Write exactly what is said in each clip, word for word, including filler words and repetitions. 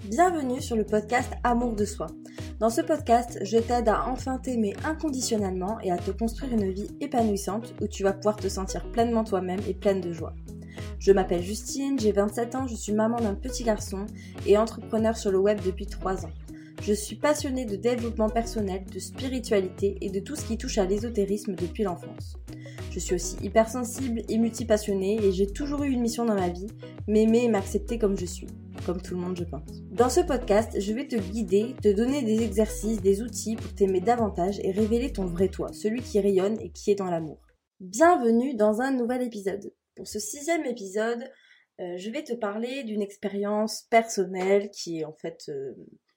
Bienvenue sur le podcast Amour de soi. Dans ce podcast, je t'aide à enfin t'aimer inconditionnellement et à te construire une vie épanouissante où tu vas pouvoir te sentir pleinement toi-même et pleine de joie. Je m'appelle Justine, j'ai vingt-sept ans, je suis maman d'un petit garçon et entrepreneur sur le web depuis trois ans. Je suis passionnée de développement personnel, de spiritualité et de tout ce qui touche à l'ésotérisme depuis l'enfance. Je suis aussi hypersensible et multipassionnée et j'ai toujours eu une mission dans ma vie, m'aimer et m'accepter comme je suis. Comme tout le monde, je pense. Dans ce podcast, je vais te guider, te donner des exercices, des outils pour t'aimer davantage et révéler ton vrai toi, celui qui rayonne et qui est dans l'amour. Bienvenue dans un nouvel épisode. Pour ce sixième épisode, euh, je vais te parler d'une expérience personnelle qui est en fait euh,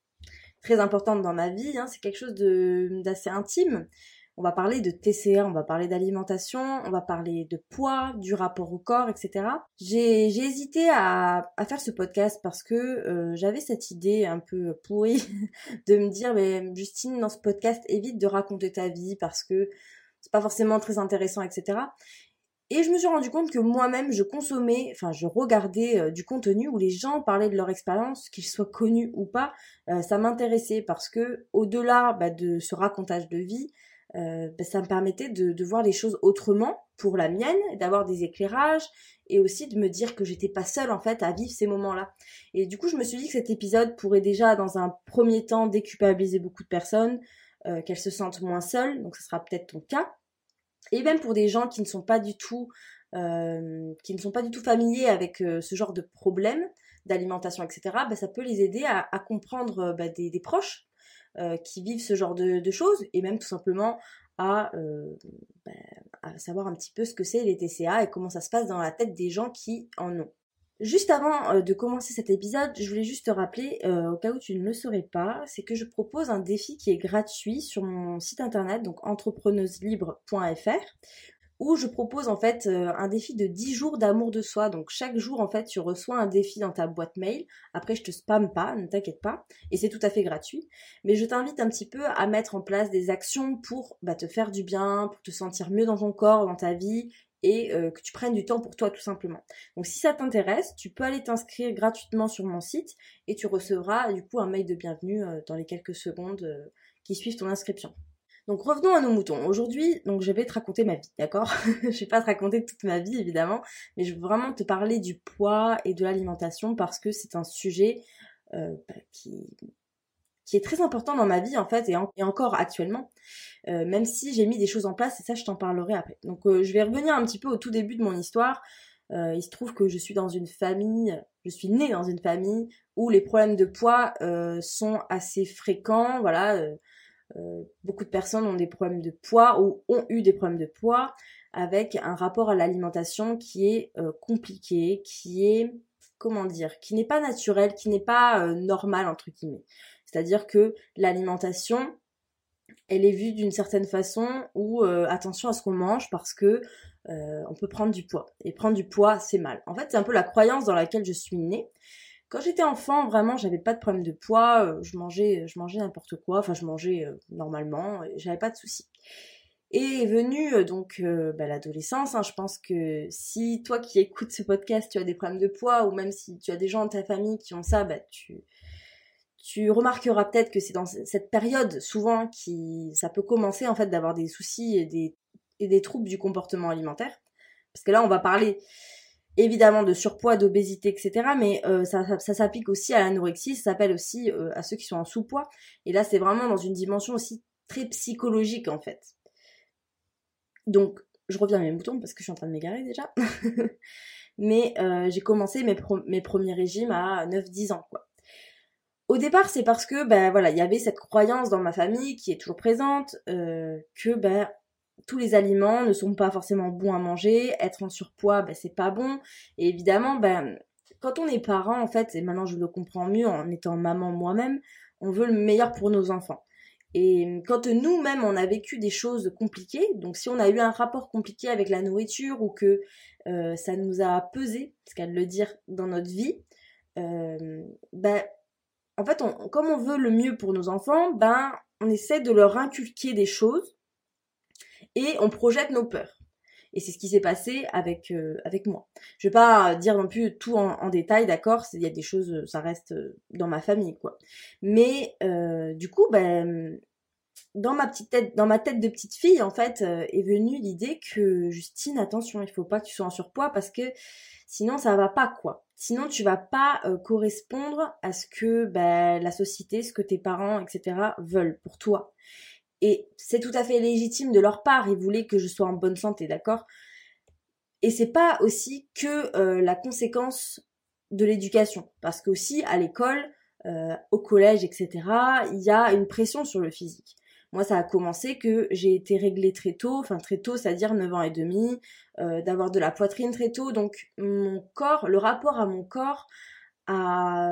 très importante dans ma vie. Hein. C'est quelque chose de, d'assez intime. On va parler de T C A, on va parler d'alimentation, on va parler de poids, du rapport au corps, et cetera. J'ai, j'ai hésité à, à faire ce podcast parce que euh, j'avais cette idée un peu pourrie de me dire, mais Justine, dans ce podcast, évite de raconter ta vie parce que c'est pas forcément très intéressant, et cetera. Et je me suis rendu compte que moi-même, je consommais, enfin, je regardais euh, du contenu où les gens parlaient de leur expérience, qu'ils soient connus ou pas. Euh, ça m'intéressait parce que, au-delà bah, de ce racontage de vie, Euh, ben, ça me permettait de, de voir les choses autrement pour la mienne, d'avoir des éclairages et aussi de me dire que j'étais pas seule en fait à vivre ces moments-là. Et du coup, je me suis dit que cet épisode pourrait déjà dans un premier temps déculpabiliser beaucoup de personnes, euh, qu'elles se sentent moins seules, donc ce sera peut-être ton cas. Et même pour des gens qui ne sont pas du tout, euh, qui ne sont pas du tout familiers avec euh, ce genre de problème d'alimentation, et cetera. Ben, ça peut les aider à, à comprendre ben, des, des proches Euh, qui vivent ce genre de, de choses et même tout simplement à, euh, bah, à savoir un petit peu ce que c'est les T C A et comment ça se passe dans la tête des gens qui en ont. Juste avant euh, de commencer cet épisode, je voulais juste te rappeler, euh, au cas où tu ne le saurais pas, c'est que je propose un défi qui est gratuit sur mon site internet, donc entrepreneuse libre point f r, où je propose en fait euh, un défi de dix jours d'amour de soi. Donc chaque jour en fait tu reçois un défi dans ta boîte mail. Après je te spamme pas, ne t'inquiète pas, et c'est tout à fait gratuit. Mais je t'invite un petit peu à mettre en place des actions pour bah, te faire du bien, pour te sentir mieux dans ton corps, dans ta vie, et euh, que tu prennes du temps pour toi tout simplement. Donc si ça t'intéresse, tu peux aller t'inscrire gratuitement sur mon site et tu recevras du coup un mail de bienvenue euh, dans les quelques secondes euh, qui suivent ton inscription. Donc revenons à nos moutons. Aujourd'hui, donc je vais te raconter ma vie, d'accord? Je vais pas te raconter toute ma vie évidemment, mais je veux vraiment te parler du poids et de l'alimentation parce que c'est un sujet euh, bah, qui qui est très important dans ma vie en fait et, en, et encore actuellement, euh, même si j'ai mis des choses en place et ça je t'en parlerai après. Donc euh, je vais revenir un petit peu au tout début de mon histoire. Euh, il se trouve que je suis dans une famille, je suis née dans une famille où les problèmes de poids euh, sont assez fréquents, voilà. Euh, Euh, beaucoup de personnes ont des problèmes de poids ou ont eu des problèmes de poids avec un rapport à l'alimentation qui est euh, compliqué, qui est, comment dire, qui n'est pas naturel, qui n'est pas euh, normal entre guillemets. C'est-à-dire que l'alimentation, elle est vue d'une certaine façon où euh, attention à ce qu'on mange parce que euh, on peut prendre du poids. Et prendre du poids, c'est mal. En fait, c'est un peu la croyance dans laquelle je suis née. Quand j'étais enfant, vraiment, j'avais pas de problème de poids, euh, je mangeais, je mangeais n'importe quoi, enfin je mangeais euh, normalement, et j'avais pas de soucis. Et est venue euh, donc euh, bah, l'adolescence, hein, je pense que si toi qui écoutes ce podcast, tu as des problèmes de poids, ou même si tu as des gens de ta famille qui ont ça, bah tu, tu remarqueras peut-être que c'est dans cette période souvent qui ça peut commencer en fait d'avoir des soucis et des, et des troubles du comportement alimentaire. Parce que là on va parler évidemment de surpoids, d'obésité, et cetera. Mais euh, ça, ça, ça s'applique aussi à l'anorexie, ça s'appelle aussi euh, à ceux qui sont en sous-poids. Et là, c'est vraiment dans une dimension aussi très psychologique, en fait. Donc, je reviens à mes moutons parce que je suis en train de m'égarer déjà. Mais euh, j'ai commencé mes, pro- mes premiers régimes à neuf dix ans, quoi. Au départ, c'est parce que, ben voilà, il y avait cette croyance dans ma famille qui est toujours présente, euh, que, ben, tous les aliments ne sont pas forcément bons à manger, être en surpoids, ben, c'est pas bon. Et évidemment, ben, quand on est parent, en fait, et maintenant je le comprends mieux en étant maman moi-même, on veut le meilleur pour nos enfants. Et quand nous-mêmes, on a vécu des choses compliquées, donc si on a eu un rapport compliqué avec la nourriture ou que euh, ça nous a pesé, c'est qu'à le dire, dans notre vie, euh, ben, en fait, on, comme on veut le mieux pour nos enfants, ben, on essaie de leur inculquer des choses et on projette nos peurs. Et c'est ce qui s'est passé avec euh, avec moi. Je vais pas dire non plus tout en, en détail, d'accord, il y a des choses, ça reste dans ma famille, quoi. Mais euh, du coup, ben dans ma petite tête, dans ma tête de petite fille, en fait, euh, est venue l'idée que Justine, attention, il faut pas que tu sois en surpoids parce que sinon ça va pas, quoi. Sinon tu vas pas euh, correspondre à ce que ben, la société, ce que tes parents, et cetera veulent pour toi. Et c'est tout à fait légitime de leur part, ils voulaient que je sois en bonne santé, d'accord? Et c'est pas aussi que euh, la conséquence de l'éducation, parce qu'aussi à l'école, euh, au collège, et cetera, il y a une pression sur le physique. Moi, ça a commencé que j'ai été réglée très tôt, enfin très tôt, c'est-à-dire neuf ans et demi, euh, d'avoir de la poitrine très tôt. Donc mon corps, le rapport à mon corps a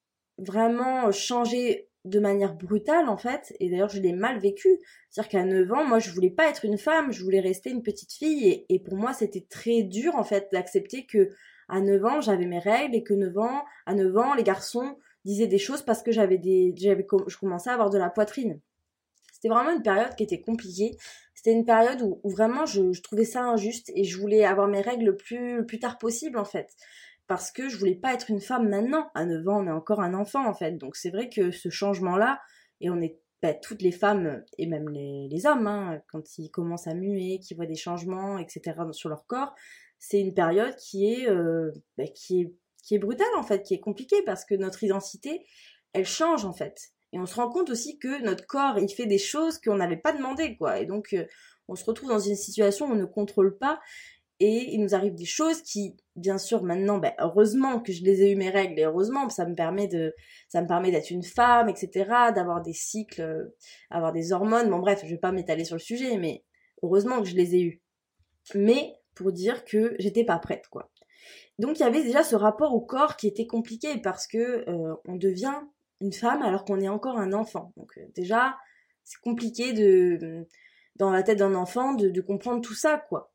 vraiment changé de manière brutale en fait. Et d'ailleurs, je l'ai mal vécu. C'est-à-dire qu'à neuf ans, moi, je voulais pas être une femme, je voulais rester une petite fille. Et, et pour moi, c'était très dur en fait d'accepter que à neuf ans, j'avais mes règles et que neuf ans, à neuf ans, les garçons disaient des choses parce que j'avais des, j'avais, je commençais à avoir de la poitrine. C'était vraiment une période qui était compliquée. C'était une période où, où vraiment je, je trouvais ça injuste et je voulais avoir mes règles le plus, le plus tard possible en fait. Parce que je voulais pas être une femme maintenant. À neuf ans, on est encore un enfant en fait. Donc c'est vrai que ce changement-là, et on est bah, toutes les femmes et même les, les hommes, hein, quand ils commencent à muer, qu'ils voient des changements, et cetera sur leur corps, c'est une période qui est, euh, bah, qui est, qui est brutale en fait, qui est compliquée parce que notre identité, elle change en fait. Et on se rend compte aussi que notre corps, il fait des choses qu'on n'avait pas demandé, quoi. Et donc, euh, on se retrouve dans une situation où on ne contrôle pas et il nous arrive des choses qui, bien sûr, maintenant, ben, heureusement que je les ai eu mes règles et heureusement, ça me permet de, ça me permet d'être une femme, et cetera, d'avoir des cycles, euh, avoir des hormones. Bon, bref, je vais pas m'étaler sur le sujet, mais heureusement que je les ai eus. Mais pour dire que j'étais pas prête, quoi. Donc, il y avait déjà ce rapport au corps qui était compliqué parce que euh, on devient une femme alors qu'on est encore un enfant. Donc euh, déjà, c'est compliqué de dans la tête d'un enfant de, de comprendre tout ça, quoi.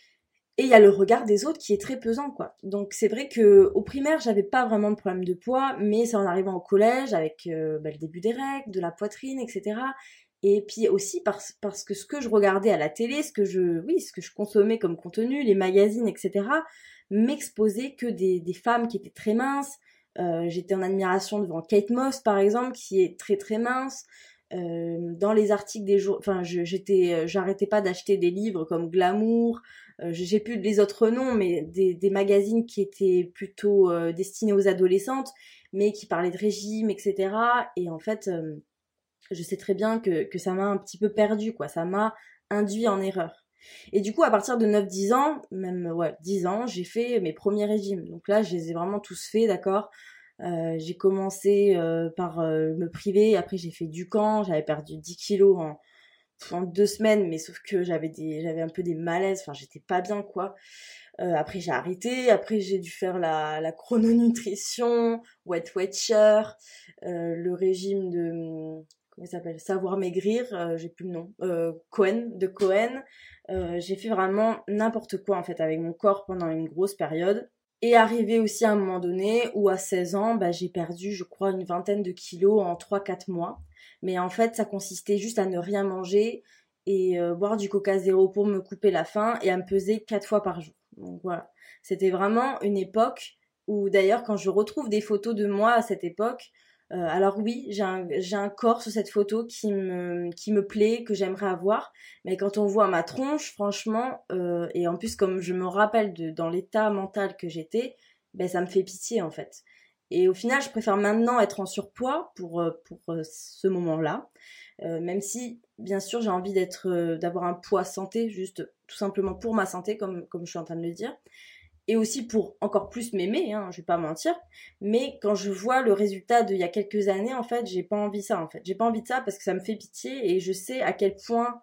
Et il y a le regard des autres qui est très pesant, quoi. Donc c'est vrai que au primaire, j'avais pas vraiment de problème de poids, mais c'est en arrivant au collège avec euh, bah, le début des règles, de la poitrine, et cetera. Et puis aussi parce, parce que ce que je regardais à la télé, ce que je, oui, ce que je consommais comme contenu, les magazines, et cetera, m'exposaient que des, des femmes qui étaient très minces. Euh, j'étais en admiration devant Kate Moss, par exemple, qui est très très mince. Euh, dans les articles des jours, enfin, je, j'étais, j'arrêtais pas d'acheter des livres comme Glamour. Euh, j'ai plus les autres noms, mais des, des magazines qui étaient plutôt euh, destinés aux adolescentes, mais qui parlaient de régime, et cetera. Et en fait, euh, je sais très bien que, que ça m'a un petit peu perdu, quoi. Ça m'a induit en erreur. Et du coup, à partir de neuf dix ans, même ouais, dix ans, j'ai fait mes premiers régimes. Donc là, je les ai vraiment tous faits, d'accord. Euh, j'ai commencé euh, par euh, me priver, après j'ai fait du camp, j'avais perdu dix kilos en, en deux semaines, mais sauf que j'avais des, j'avais un peu des malaises, enfin j'étais pas bien, quoi. Euh, après j'ai arrêté, après j'ai dû faire la, la chrononutrition, Weight Watcher, euh, le régime de, comment ça s'appelle, Savoir Maigrir, euh, j'ai plus le nom, euh, Cohen, de Cohen. Euh, j'ai fait vraiment n'importe quoi en fait avec mon corps pendant une grosse période. Et arrivé aussi à un moment donné où à seize ans, bah, j'ai perdu je crois une vingtaine de kilos en trois quatre mois. Mais en fait ça consistait juste à ne rien manger et euh, boire du coca zéro pour me couper la faim et à me peser quatre fois par jour. Donc voilà, c'était vraiment une époque où d'ailleurs quand je retrouve des photos de moi à cette époque, euh, alors oui, j'ai un, j'ai un corps sur cette photo qui me, qui me plaît, que j'aimerais avoir, mais quand on voit ma tronche, franchement, euh, et en plus comme je me rappelle de, dans l'état mental que j'étais, ben ça me fait pitié en fait. Et au final, je préfère maintenant être en surpoids pour, euh, pour euh, ce moment-là, euh, même si, bien sûr, j'ai envie d'être, euh, d'avoir un poids santé, juste tout simplement pour ma santé, comme, comme je suis en train de le dire. Et aussi pour encore plus m'aimer, hein, je vais pas mentir. Mais quand je vois le résultat d'il y a quelques années, en fait, j'ai pas envie de ça, en fait. J'ai pas envie de ça parce que ça me fait pitié et je sais à quel point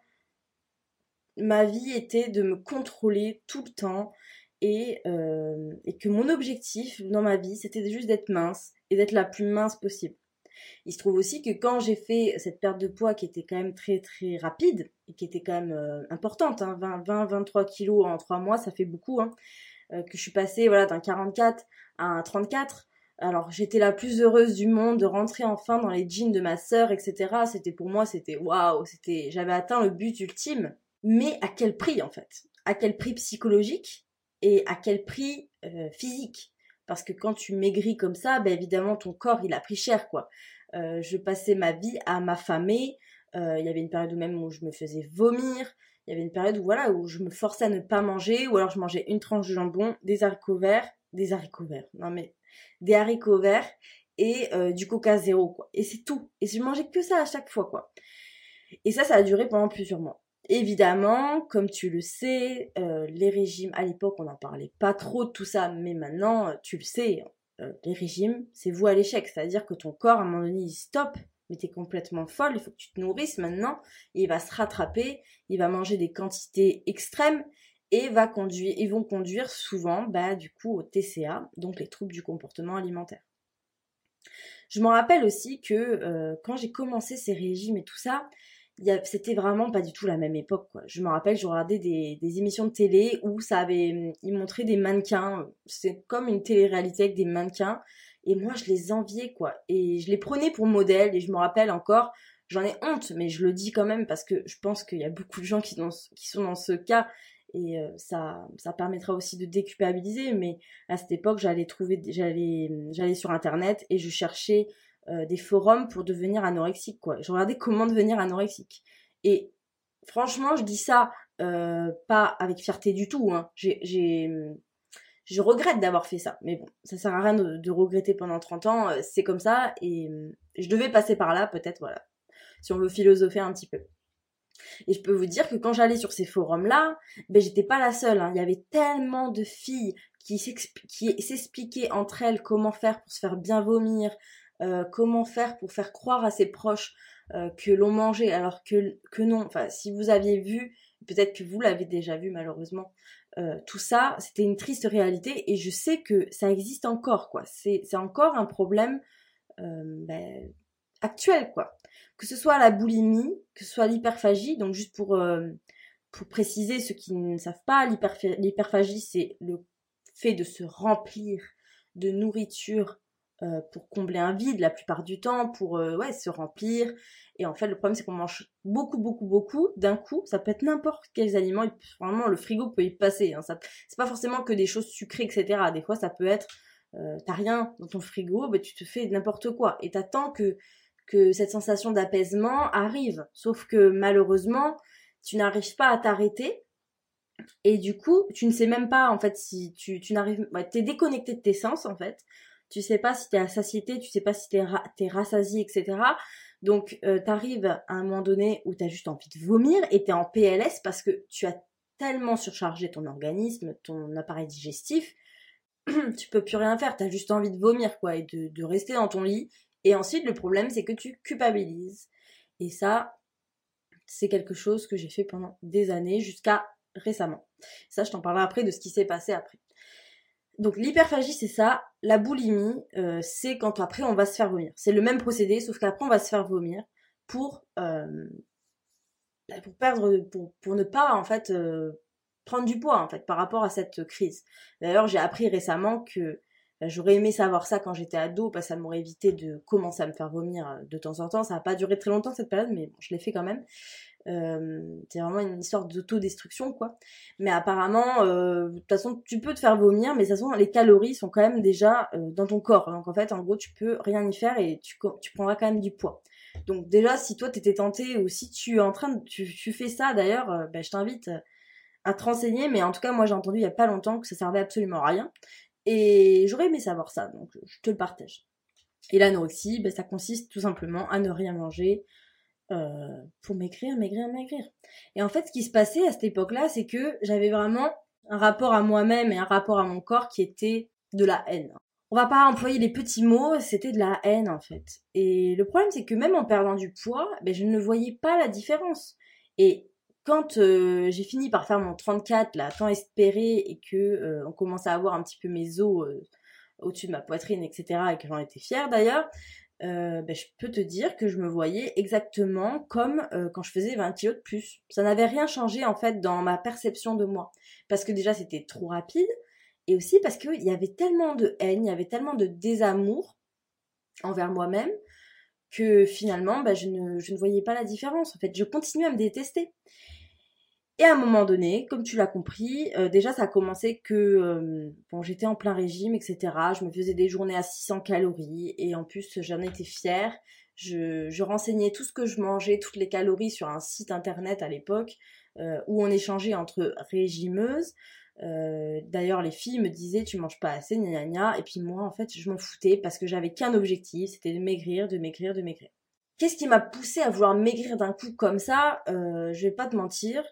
ma vie était de me contrôler tout le temps et, euh, et que mon objectif dans ma vie, c'était juste d'être mince et d'être la plus mince possible. Il se trouve aussi que quand j'ai fait cette perte de poids qui était quand même très très rapide et qui était quand même euh, importante, hein, vingt vingt-trois kilos en trois mois, ça fait beaucoup, hein, euh, que je suis passée voilà, d'un quarante-quatre à un trente-quatre. Alors j'étais la plus heureuse du monde de rentrer enfin dans les jeans de ma sœur, et cetera. C'était pour moi, c'était waouh, c'était, j'avais atteint le but ultime. Mais à quel prix en fait? à quel prix psychologique et à quel prix euh, physique. Parce que quand tu maigris comme ça, ben évidemment ton corps il a pris cher quoi. Euh, je passais ma vie à m'affamer. Euh, il y avait une période où même où je me faisais vomir. Il y avait une période où voilà où je me forçais à ne pas manger, ou alors je mangeais une tranche de jambon, des haricots verts, des haricots verts. Non mais des haricots verts et euh, du Coca zéro quoi. Et c'est tout. Et je mangeais que ça à chaque fois quoi. Et ça, ça a duré pendant plusieurs mois. Évidemment, comme tu le sais, euh, les régimes, à l'époque, on n'en parlait pas trop de tout ça, mais maintenant, euh, tu le sais, euh, les régimes, c'est voué à l'échec. C'est-à-dire que ton corps, à un moment donné, il stop, mais t'es complètement folle, il faut que tu te nourrisses maintenant, et il va se rattraper, il va manger des quantités extrêmes, et va conduire, ils vont conduire souvent, bah, du coup, au T C A, donc les troubles du comportement alimentaire. Je m'en rappelle aussi que euh, quand j'ai commencé ces régimes et tout ça, il y a- c'était vraiment pas du tout la même époque, quoi. Je me rappelle, je regardais des, des émissions de télé où ça avait, ils montraient des mannequins. C'est comme une télé-réalité avec des mannequins. Et moi, je les enviais, quoi. Et je les prenais pour modèle. Et je me rappelle encore, j'en ai honte, mais je le dis quand même parce que je pense qu'il y a beaucoup de gens qui, dans ce- qui sont dans ce cas. Et euh, ça, ça permettra aussi de déculpabiliser. Mais à cette époque, j'allais trouver, j'allais, j'allais sur Internet et je cherchais euh, des forums pour devenir anorexique, quoi. Je regardais comment devenir anorexique. Et franchement, je dis ça euh, pas avec fierté du tout, hein. J'ai, j'ai, je regrette d'avoir fait ça. Mais bon, ça sert à rien de, de regretter pendant trente ans. euh, C'est comme ça. Et euh, je devais passer par là, peut-être, voilà. Si on veut philosopher un petit peu. Et je peux vous dire que quand j'allais sur ces forums-là, ben j'étais pas la seule, hein. Il y avait tellement de filles qui s'expliquaient entre elles comment faire pour se faire bien vomir, euh, comment faire pour faire croire à ses proches euh, que l'on mangeait, alors que, que non. Enfin, si vous aviez vu, peut-être que vous l'avez déjà vu malheureusement, euh, tout ça, c'était une triste réalité et je sais que ça existe encore, quoi. C'est, c'est encore un problème euh, ben, actuel, quoi. Que ce soit la boulimie, que ce soit l'hyperphagie, donc juste pour, euh, pour préciser ceux qui ne savent pas, l'hyperphagie, c'est le fait de se remplir de nourriture euh, pour combler un vide la plupart du temps, pour euh, ouais, se remplir. Et en fait, le problème, c'est qu'on mange beaucoup, beaucoup, beaucoup d'un coup. Ça peut être n'importe quels aliments. Vraiment, le frigo peut y passer, hein. Ça, c'est pas forcément que des choses sucrées, et cetera. Des fois, ça peut être, euh, t'as rien dans ton frigo, bah, tu te fais n'importe quoi. Et t'attends que que cette sensation d'apaisement arrive. Sauf que malheureusement, tu n'arrives pas à t'arrêter. Et du coup, tu ne sais même pas, en fait, si tu, tu n'arrives... Ouais, t'es déconnecté de tes sens, en fait. Tu sais pas si t'es à satiété, tu sais pas si t'es, ra... t'es rassasié, et cetera. Donc, euh, t'arrives à un moment donné où t'as juste envie de vomir et t'es en P L S parce que tu as tellement surchargé ton organisme, ton appareil digestif, tu peux plus rien faire, t'as juste envie de vomir, quoi, et de, de rester dans ton lit. Et ensuite, le problème, c'est que tu culpabilises. Et ça, c'est quelque chose que j'ai fait pendant des années, jusqu'à récemment. Ça, je t'en parlerai après de ce qui s'est passé après. Donc, l'hyperphagie, c'est ça. La boulimie, euh, c'est quand après, on va se faire vomir. C'est le même procédé, sauf qu'après, on va se faire vomir pour, euh, pour perdre, pour, pour ne pas, en fait, euh, prendre du poids, en fait, par rapport à cette crise. D'ailleurs, j'ai appris récemment que ben, j'aurais aimé savoir ça quand j'étais ado, parce que ça m'aurait évité de commencer à me faire vomir de temps en temps. Ça n'a pas duré très longtemps cette période, mais bon, je l'ai fait quand même. Euh, c'est vraiment une histoire d'autodestruction, quoi. Mais apparemment, euh, de toute façon, tu peux te faire vomir, mais de toute façon, les calories sont quand même déjà euh, dans ton corps. Donc en fait, en gros, tu peux rien y faire et tu, tu prendras quand même du poids. Donc déjà, si toi t'étais tenté ou si tu es en train de, tu, tu fais ça d'ailleurs, euh, ben, je t'invite à te renseigner. Mais en tout cas, moi j'ai entendu il y a pas longtemps que ça servait absolument à rien. Et j'aurais aimé savoir ça, donc je te le partage. Et l'anorexie, ben, ça consiste tout simplement à ne rien manger euh, pour maigrir, maigrir, maigrir. Et en fait, ce qui se passait à cette époque-là, c'est que j'avais vraiment un rapport à moi-même et un rapport à mon corps qui était de la haine. On va pas employer les petits mots, c'était de la haine en fait. Et le problème, c'est que même en perdant du poids, ben, je ne voyais pas la différence. Et quand euh, j'ai fini par faire mon trente-quatre, là, tant espéré, et que euh, on commençait à avoir un petit peu mes os euh, au-dessus de ma poitrine, et cetera, et que j'en étais fière d'ailleurs, euh, ben, je peux te dire que je me voyais exactement comme euh, quand je faisais vingt kilos de plus. Ça n'avait rien changé en fait dans ma perception de moi. Parce que déjà c'était trop rapide, et aussi parce qu'il y avait tellement de haine, il y avait tellement de désamour envers moi-même, que finalement ben, je, ne, je ne voyais pas la différence. En fait, je continuais à me détester. Et à un moment donné, comme tu l'as compris, euh, déjà ça a commencé que euh, bon, j'étais en plein régime, et cetera. Je me faisais des journées à six cents calories et en plus j'en étais fière. Je, je renseignais tout ce que je mangeais, toutes les calories sur un site internet à l'époque euh, où on échangeait entre régimeuses. Euh, d'ailleurs les filles me disaient tu manges pas assez, gna gna gna. Et puis moi en fait je m'en foutais parce que j'avais qu'un objectif, c'était de maigrir, de maigrir, de maigrir. Qu'est-ce qui m'a poussée à vouloir maigrir d'un coup comme ça euh, Je vais pas te mentir,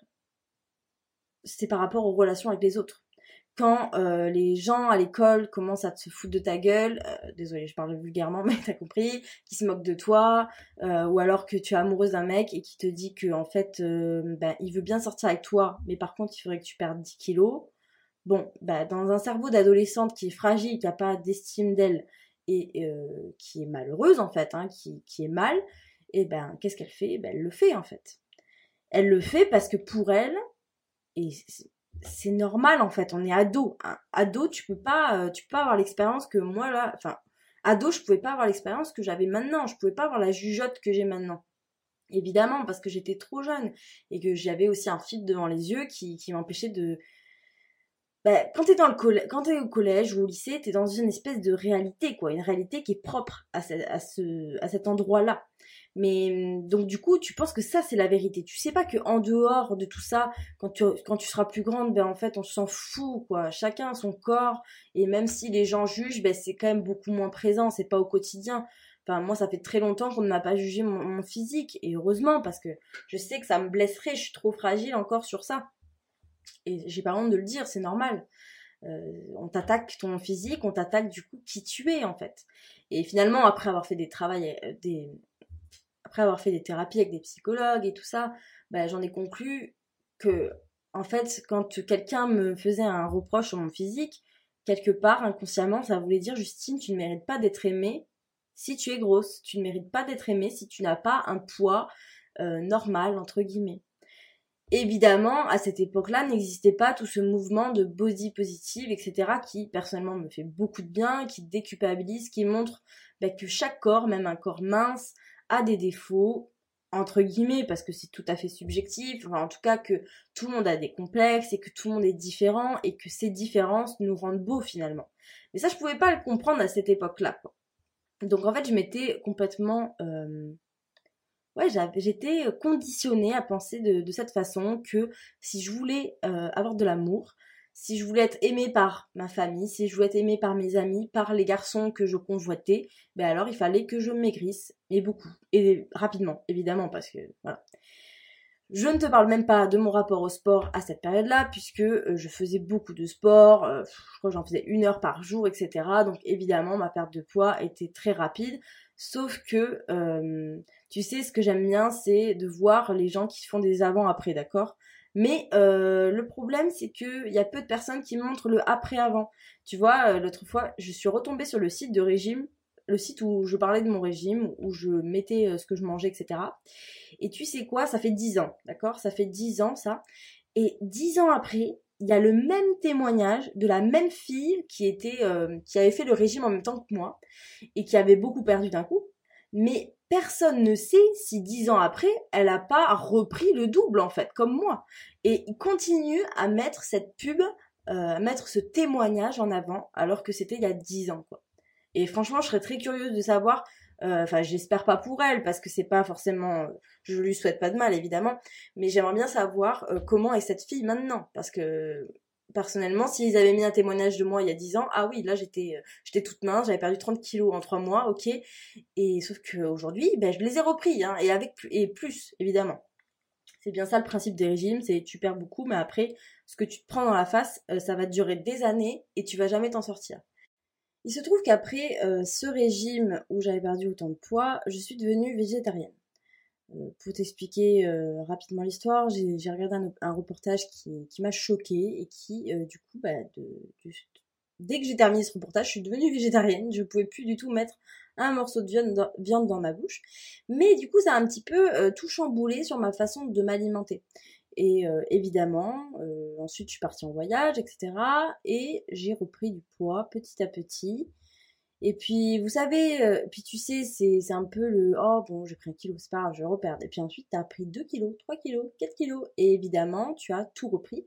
c'est par rapport aux relations avec les autres. Quand euh, les gens à l'école commencent à te foutre de ta gueule, euh, désolée je parle vulgairement mais t'as compris, qui se moquent de toi, euh, ou alors que tu es amoureuse d'un mec et qui te dit que en fait euh, ben, il veut bien sortir avec toi, mais par contre il faudrait que tu perdes dix kilos. Bon, bah dans un cerveau d'adolescente qui est fragile, qui n'a pas d'estime d'elle et euh, qui est malheureuse en fait, hein, qui, qui est mal, et ben qu'est-ce qu'elle fait? Ben, elle le fait en fait. Elle le fait parce que pour elle, et c'est normal en fait, on est ado. Hein. Ado, tu peux pas, euh, tu peux pas avoir l'expérience que moi là, enfin, ado, je pouvais pas avoir l'expérience que j'avais maintenant, je pouvais pas avoir la jugeote que j'ai maintenant. Évidemment, parce que j'étais trop jeune et que j'avais aussi un filtre devant les yeux qui, qui m'empêchait de. Bah, quand t'es dans le collège, quand t'es au collège ou au lycée, t'es dans une espèce de réalité, quoi, une réalité qui est propre à, ce, à, ce, à cet endroit-là. Mais donc du coup, tu penses que ça c'est la vérité. Tu sais pas que en dehors de tout ça, quand tu quand tu seras plus grande, ben en fait on s'en fout, quoi. Chacun a son corps et même si les gens jugent, ben c'est quand même beaucoup moins présent. C'est pas au quotidien. Enfin moi ça fait très longtemps qu'on ne m'a pas jugé mon, mon physique et heureusement parce que je sais que ça me blesserait. Je suis trop fragile encore sur ça. Et j'ai pas honte de le dire, c'est normal. Euh, on t'attaque ton physique, on t'attaque du coup qui tu es en fait. Et finalement, après avoir fait des travails, euh, des, après avoir fait des thérapies avec des psychologues et tout ça, bah, j'en ai conclu que en fait, quand quelqu'un me faisait un reproche sur mon physique, quelque part inconsciemment, ça voulait dire Justine, tu ne mérites pas d'être aimée si tu es grosse, tu ne mérites pas d'être aimée si tu n'as pas un poids euh, normal entre guillemets. Évidemment, à cette époque-là, n'existait pas tout ce mouvement de body positive, et cetera, qui personnellement me fait beaucoup de bien, qui déculpabilise, qui montre bah, que chaque corps, même un corps mince, a des défauts, entre guillemets, parce que c'est tout à fait subjectif, enfin, en tout cas que tout le monde a des complexes et que tout le monde est différent et que ces différences nous rendent beaux finalement. Mais ça, je pouvais pas le comprendre à cette époque-là, quoi. Donc en fait, je m'étais complètement... Euh, ouais, j'étais conditionnée à penser de, de cette façon que si je voulais euh, avoir de l'amour, si je voulais être aimée par ma famille, si je voulais être aimée par mes amis, par les garçons que je convoitais, ben alors il fallait que je maigrisse, et beaucoup, et rapidement, évidemment, parce que voilà. Je ne te parle même pas de mon rapport au sport à cette période-là, puisque euh, je faisais beaucoup de sport, euh, je crois que j'en faisais une heure par jour, et cetera. Donc évidemment, ma perte de poids était très rapide, sauf que, euh, tu sais, ce que j'aime bien, c'est de voir les gens qui font des avant-après, d'accord? Mais euh, le problème, c'est qu'il y a peu de personnes qui montrent le après-avant. Tu vois, euh, l'autre fois, je suis retombée sur le site de régime, le site où je parlais de mon régime, où je mettais euh, ce que je mangeais, et cetera. Et tu sais quoi, ça fait dix ans, d'accord? Ça fait dix ans, ça. Et dix ans après, il y a le même témoignage de la même fille qui était, euh, qui avait fait le régime en même temps que moi et qui avait beaucoup perdu d'un coup. Mais personne ne sait si dix ans après, elle n'a pas repris le double, en fait, comme moi. Et il continue à mettre cette pub, euh, à mettre ce témoignage en avant, alors que c'était il y a dix ans, quoi. Et franchement, je serais très curieuse de savoir, euh, enfin, j'espère pas pour elle, parce que c'est pas forcément, je lui souhaite pas de mal, évidemment, mais j'aimerais bien savoir euh, comment est cette fille maintenant, parce que personnellement, s'ils avaient mis un témoignage de moi il y a dix ans, ah oui, là j'étais euh, j'étais toute mince, j'avais perdu trente kilos en trois mois, ok, et sauf qu'aujourd'hui, ben, je les ai repris, hein, et avec et plus, évidemment. C'est bien ça le principe des régimes, c'est tu perds beaucoup, mais après, ce que tu te prends dans la face, euh, ça va te durer des années et tu vas jamais t'en sortir. Il se trouve qu'après euh, ce régime où j'avais perdu autant de poids, je suis devenue végétarienne. Euh, pour t'expliquer euh, rapidement l'histoire, j'ai, j'ai regardé un, un reportage qui, qui m'a choquée et qui, euh, du coup, bah, de, de, dès que j'ai terminé ce reportage, je suis devenue végétarienne. Je ne pouvais plus du tout mettre un morceau de viande dans, viande dans ma bouche. Mais du coup, ça a un petit peu euh, tout chamboulé sur ma façon de m'alimenter. Et euh, évidemment, euh, ensuite je suis partie en voyage, et cetera. Et j'ai repris du poids petit à petit. Et puis, vous savez, euh, puis tu sais, c'est, c'est un peu le, oh bon, j'ai pris un kilo, c'est pas grave, je vais le reperdre. Et puis ensuite, t'as pris deux kilos, trois kilos, quatre kilos. Et évidemment, tu as tout repris.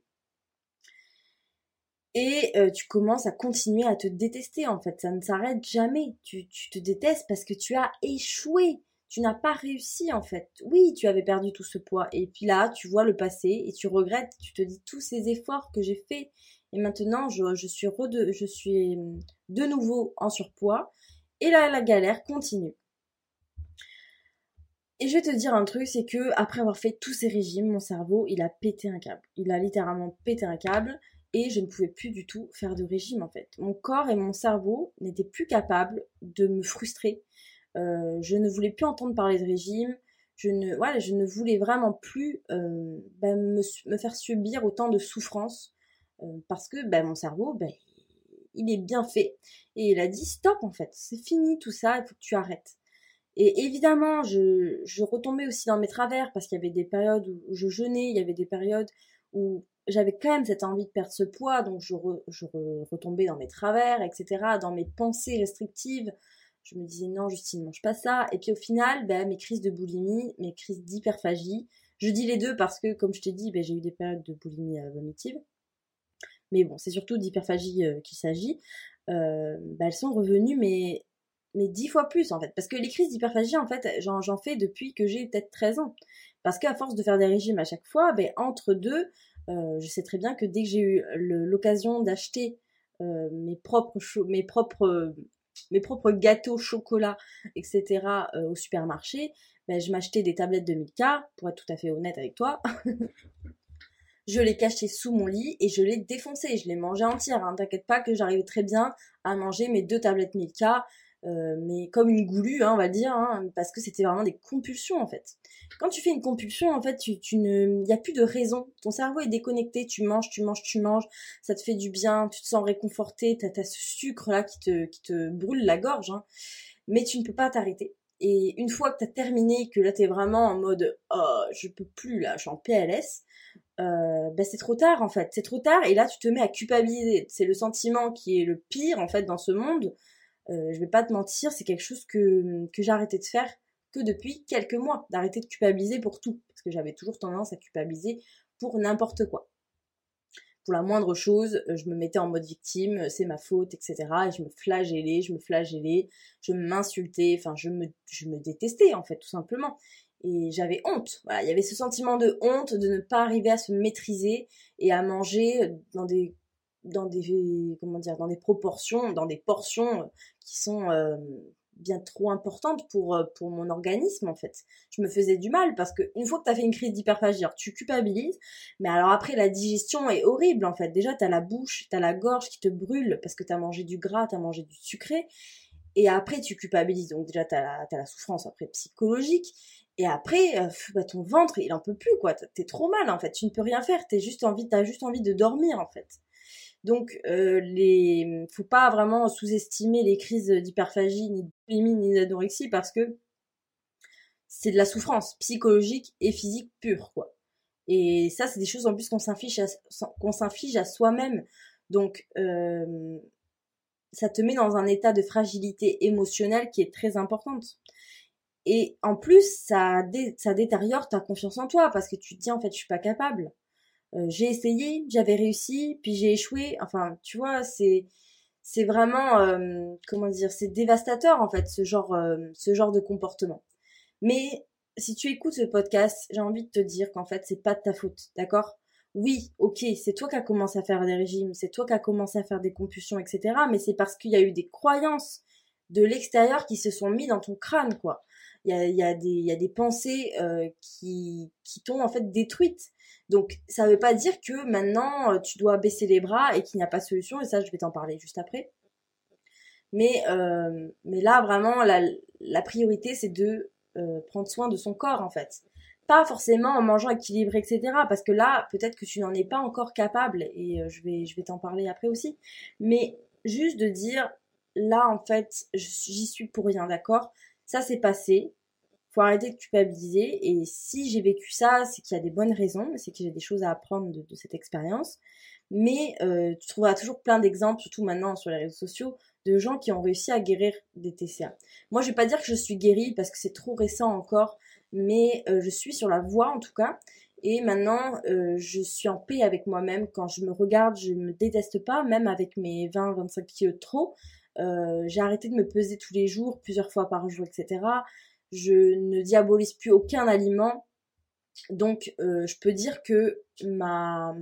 Et euh, tu commences à continuer à te détester, en fait. Ça ne s'arrête jamais. Tu, tu te détestes parce que tu as échoué. Tu n'as pas réussi, en fait. Oui, tu avais perdu tout ce poids. Et puis là, tu vois le passé et tu regrettes. Tu te dis tous ces efforts que j'ai faits. Et maintenant, je, je suis, rede, je suis de nouveau en surpoids. Et là, la galère continue. Et je vais te dire un truc, c'est que après avoir fait tous ces régimes, mon cerveau, il a pété un câble. Il a littéralement pété un câble et je ne pouvais plus du tout faire de régime en fait. Mon corps et mon cerveau n'étaient plus capables de me frustrer. Euh, je ne voulais plus entendre parler de régime. Je ne, voilà, je ne voulais vraiment plus euh, ben, me, me faire subir autant de souffrance euh, parce que ben, mon cerveau, ben, il est bien fait et il a dit stop en fait, c'est fini tout ça, il faut que tu arrêtes. Et évidemment, je, je retombais aussi dans mes travers parce qu'il y avait des périodes où je jeûnais, il y avait des périodes où j'avais quand même cette envie de perdre ce poids, donc je, re, je re, retombais dans mes travers, et cetera, dans mes pensées restrictives. Je me disais non, Justine, mange pas ça. Et puis au final, ben, mes crises de boulimie, mes crises d'hyperphagie, je dis les deux parce que, comme je t'ai dit, ben, j'ai eu des périodes de boulimie euh, vomitive. Mais bon, c'est surtout d'hyperphagie euh, qu'il s'agit. Euh, ben, elles sont revenues, mais mais dix fois plus en fait. Parce que les crises d'hyperphagie, en fait, j'en, j'en fais depuis que j'ai peut-être treize ans. Parce qu'à force de faire des régimes à chaque fois, ben, entre deux, euh, je sais très bien que dès que j'ai eu le, l'occasion d'acheter euh, mes propres cho- mes propres euh, mes propres gâteaux chocolat, et cetera euh, au supermarché, ben, je m'achetais des tablettes de Milka, pour être tout à fait honnête avec toi. Je l'ai caché sous mon lit et je l'ai défoncé. Je l'ai mangé entière. Hein. T'inquiète pas que j'arrivais très bien à manger mes deux tablettes Milka, euh, mais comme une goulue, hein, on va dire, hein, parce que c'était vraiment des compulsions en fait. Quand tu fais une compulsion, en fait, tu, tu ne, il y a plus de raison. Ton cerveau est déconnecté. Tu manges, tu manges, tu manges. Ça te fait du bien. Tu te sens réconforté. T'as, t'as ce sucre là qui te, qui te brûle la gorge, hein, mais tu ne peux pas t'arrêter. Et une fois que t'as terminé, que là t'es vraiment en mode oh je peux plus là, je suis en P L S. Euh, ben c'est trop tard en fait, c'est trop tard et là tu te mets à culpabiliser. C'est le sentiment qui est le pire en fait dans ce monde. Euh, je vais pas te mentir, c'est quelque chose que, que j'ai arrêté de faire que depuis quelques mois, d'arrêter de culpabiliser pour tout, parce que j'avais toujours tendance à culpabiliser pour n'importe quoi. Pour la moindre chose, je me mettais en mode victime, c'est ma faute, et cetera. Et je me flagellais, je me flagellais, je m'insultais, enfin je me, je me détestais en fait, tout simplement. Et j'avais honte. Voilà, il y avait ce sentiment de honte de ne pas arriver à se maîtriser et à manger dans des, dans des, comment dire, dans des proportions, dans des portions qui sont euh, bien trop importantes pour pour mon organisme en fait. Je me faisais du mal parce que une fois que t'as fait une crise d'hyperphagie, alors tu culpabilises, mais alors après la digestion est horrible en fait. Déjà t'as la bouche, t'as la gorge qui te brûle parce que t'as mangé du gras, t'as mangé du sucré. Et après, tu culpabilises. Donc déjà, t'as la, t'as la souffrance après psychologique. Et après, euh, bah, ton ventre, il en peut plus, quoi. T'es trop mal, en fait. Tu ne peux rien faire. T'es juste envie, t'as juste envie de dormir, en fait. Donc, euh, les, faut pas vraiment sous-estimer les crises d'hyperphagie, ni de boulimie, ni d'anorexie, parce que c'est de la souffrance psychologique et physique pure, quoi. Et ça, c'est des choses en plus qu'on s'inflige à, qu'on s'inflige à soi-même. Donc, euh, ça te met dans un état de fragilité émotionnelle qui est très importante. Et en plus, ça, dé, ça détériore ta confiance en toi parce que tu te dis en fait je suis pas capable. Euh, j'ai essayé, j'avais réussi, puis j'ai échoué. Enfin, tu vois, c'est c'est vraiment euh, comment dire, c'est dévastateur en fait ce genre euh, ce genre de comportement. Mais si tu écoutes ce podcast, j'ai envie de te dire qu'en fait c'est pas de ta faute, d'accord? Oui, ok, c'est toi qui as commencé à faire des régimes, c'est toi qui as commencé à faire des compulsions, et cetera. Mais c'est parce qu'il y a eu des croyances de l'extérieur qui se sont mis dans ton crâne, quoi. Il y a, il y a des, il y a des pensées euh, qui, qui t'ont en fait détruite. Donc ça veut pas dire que maintenant euh, tu dois baisser les bras et qu'il n'y a pas de solution. Et ça, je vais t'en parler juste après. Mais euh, mais là vraiment, la, la priorité c'est de euh, prendre soin de son corps en fait. Pas forcément en mangeant équilibré, et cetera. Parce que là, peut-être que tu n'en es pas encore capable et euh, je vais je vais t'en parler après aussi. Mais juste de dire là en fait, j'y suis pour rien, d'accord? Ça c'est passé, faut arrêter de culpabiliser. Et si j'ai vécu ça, c'est qu'il y a des bonnes raisons, c'est que j'ai des choses à apprendre de, de cette expérience. Mais euh, tu trouveras toujours plein d'exemples, surtout maintenant sur les réseaux sociaux, de gens qui ont réussi à guérir des T C A. Moi, je vais pas dire que je suis guérie parce que c'est trop récent encore, mais euh, je suis sur la voie en tout cas. Et maintenant, euh, je suis en paix avec moi-même. Quand je me regarde, je me déteste pas, même avec mes vingt à vingt-cinq kilos de trop. Euh, j'ai arrêté de me peser tous les jours, plusieurs fois par jour, et cetera. Je ne diabolise plus aucun aliment. Donc, euh, je peux dire que ma...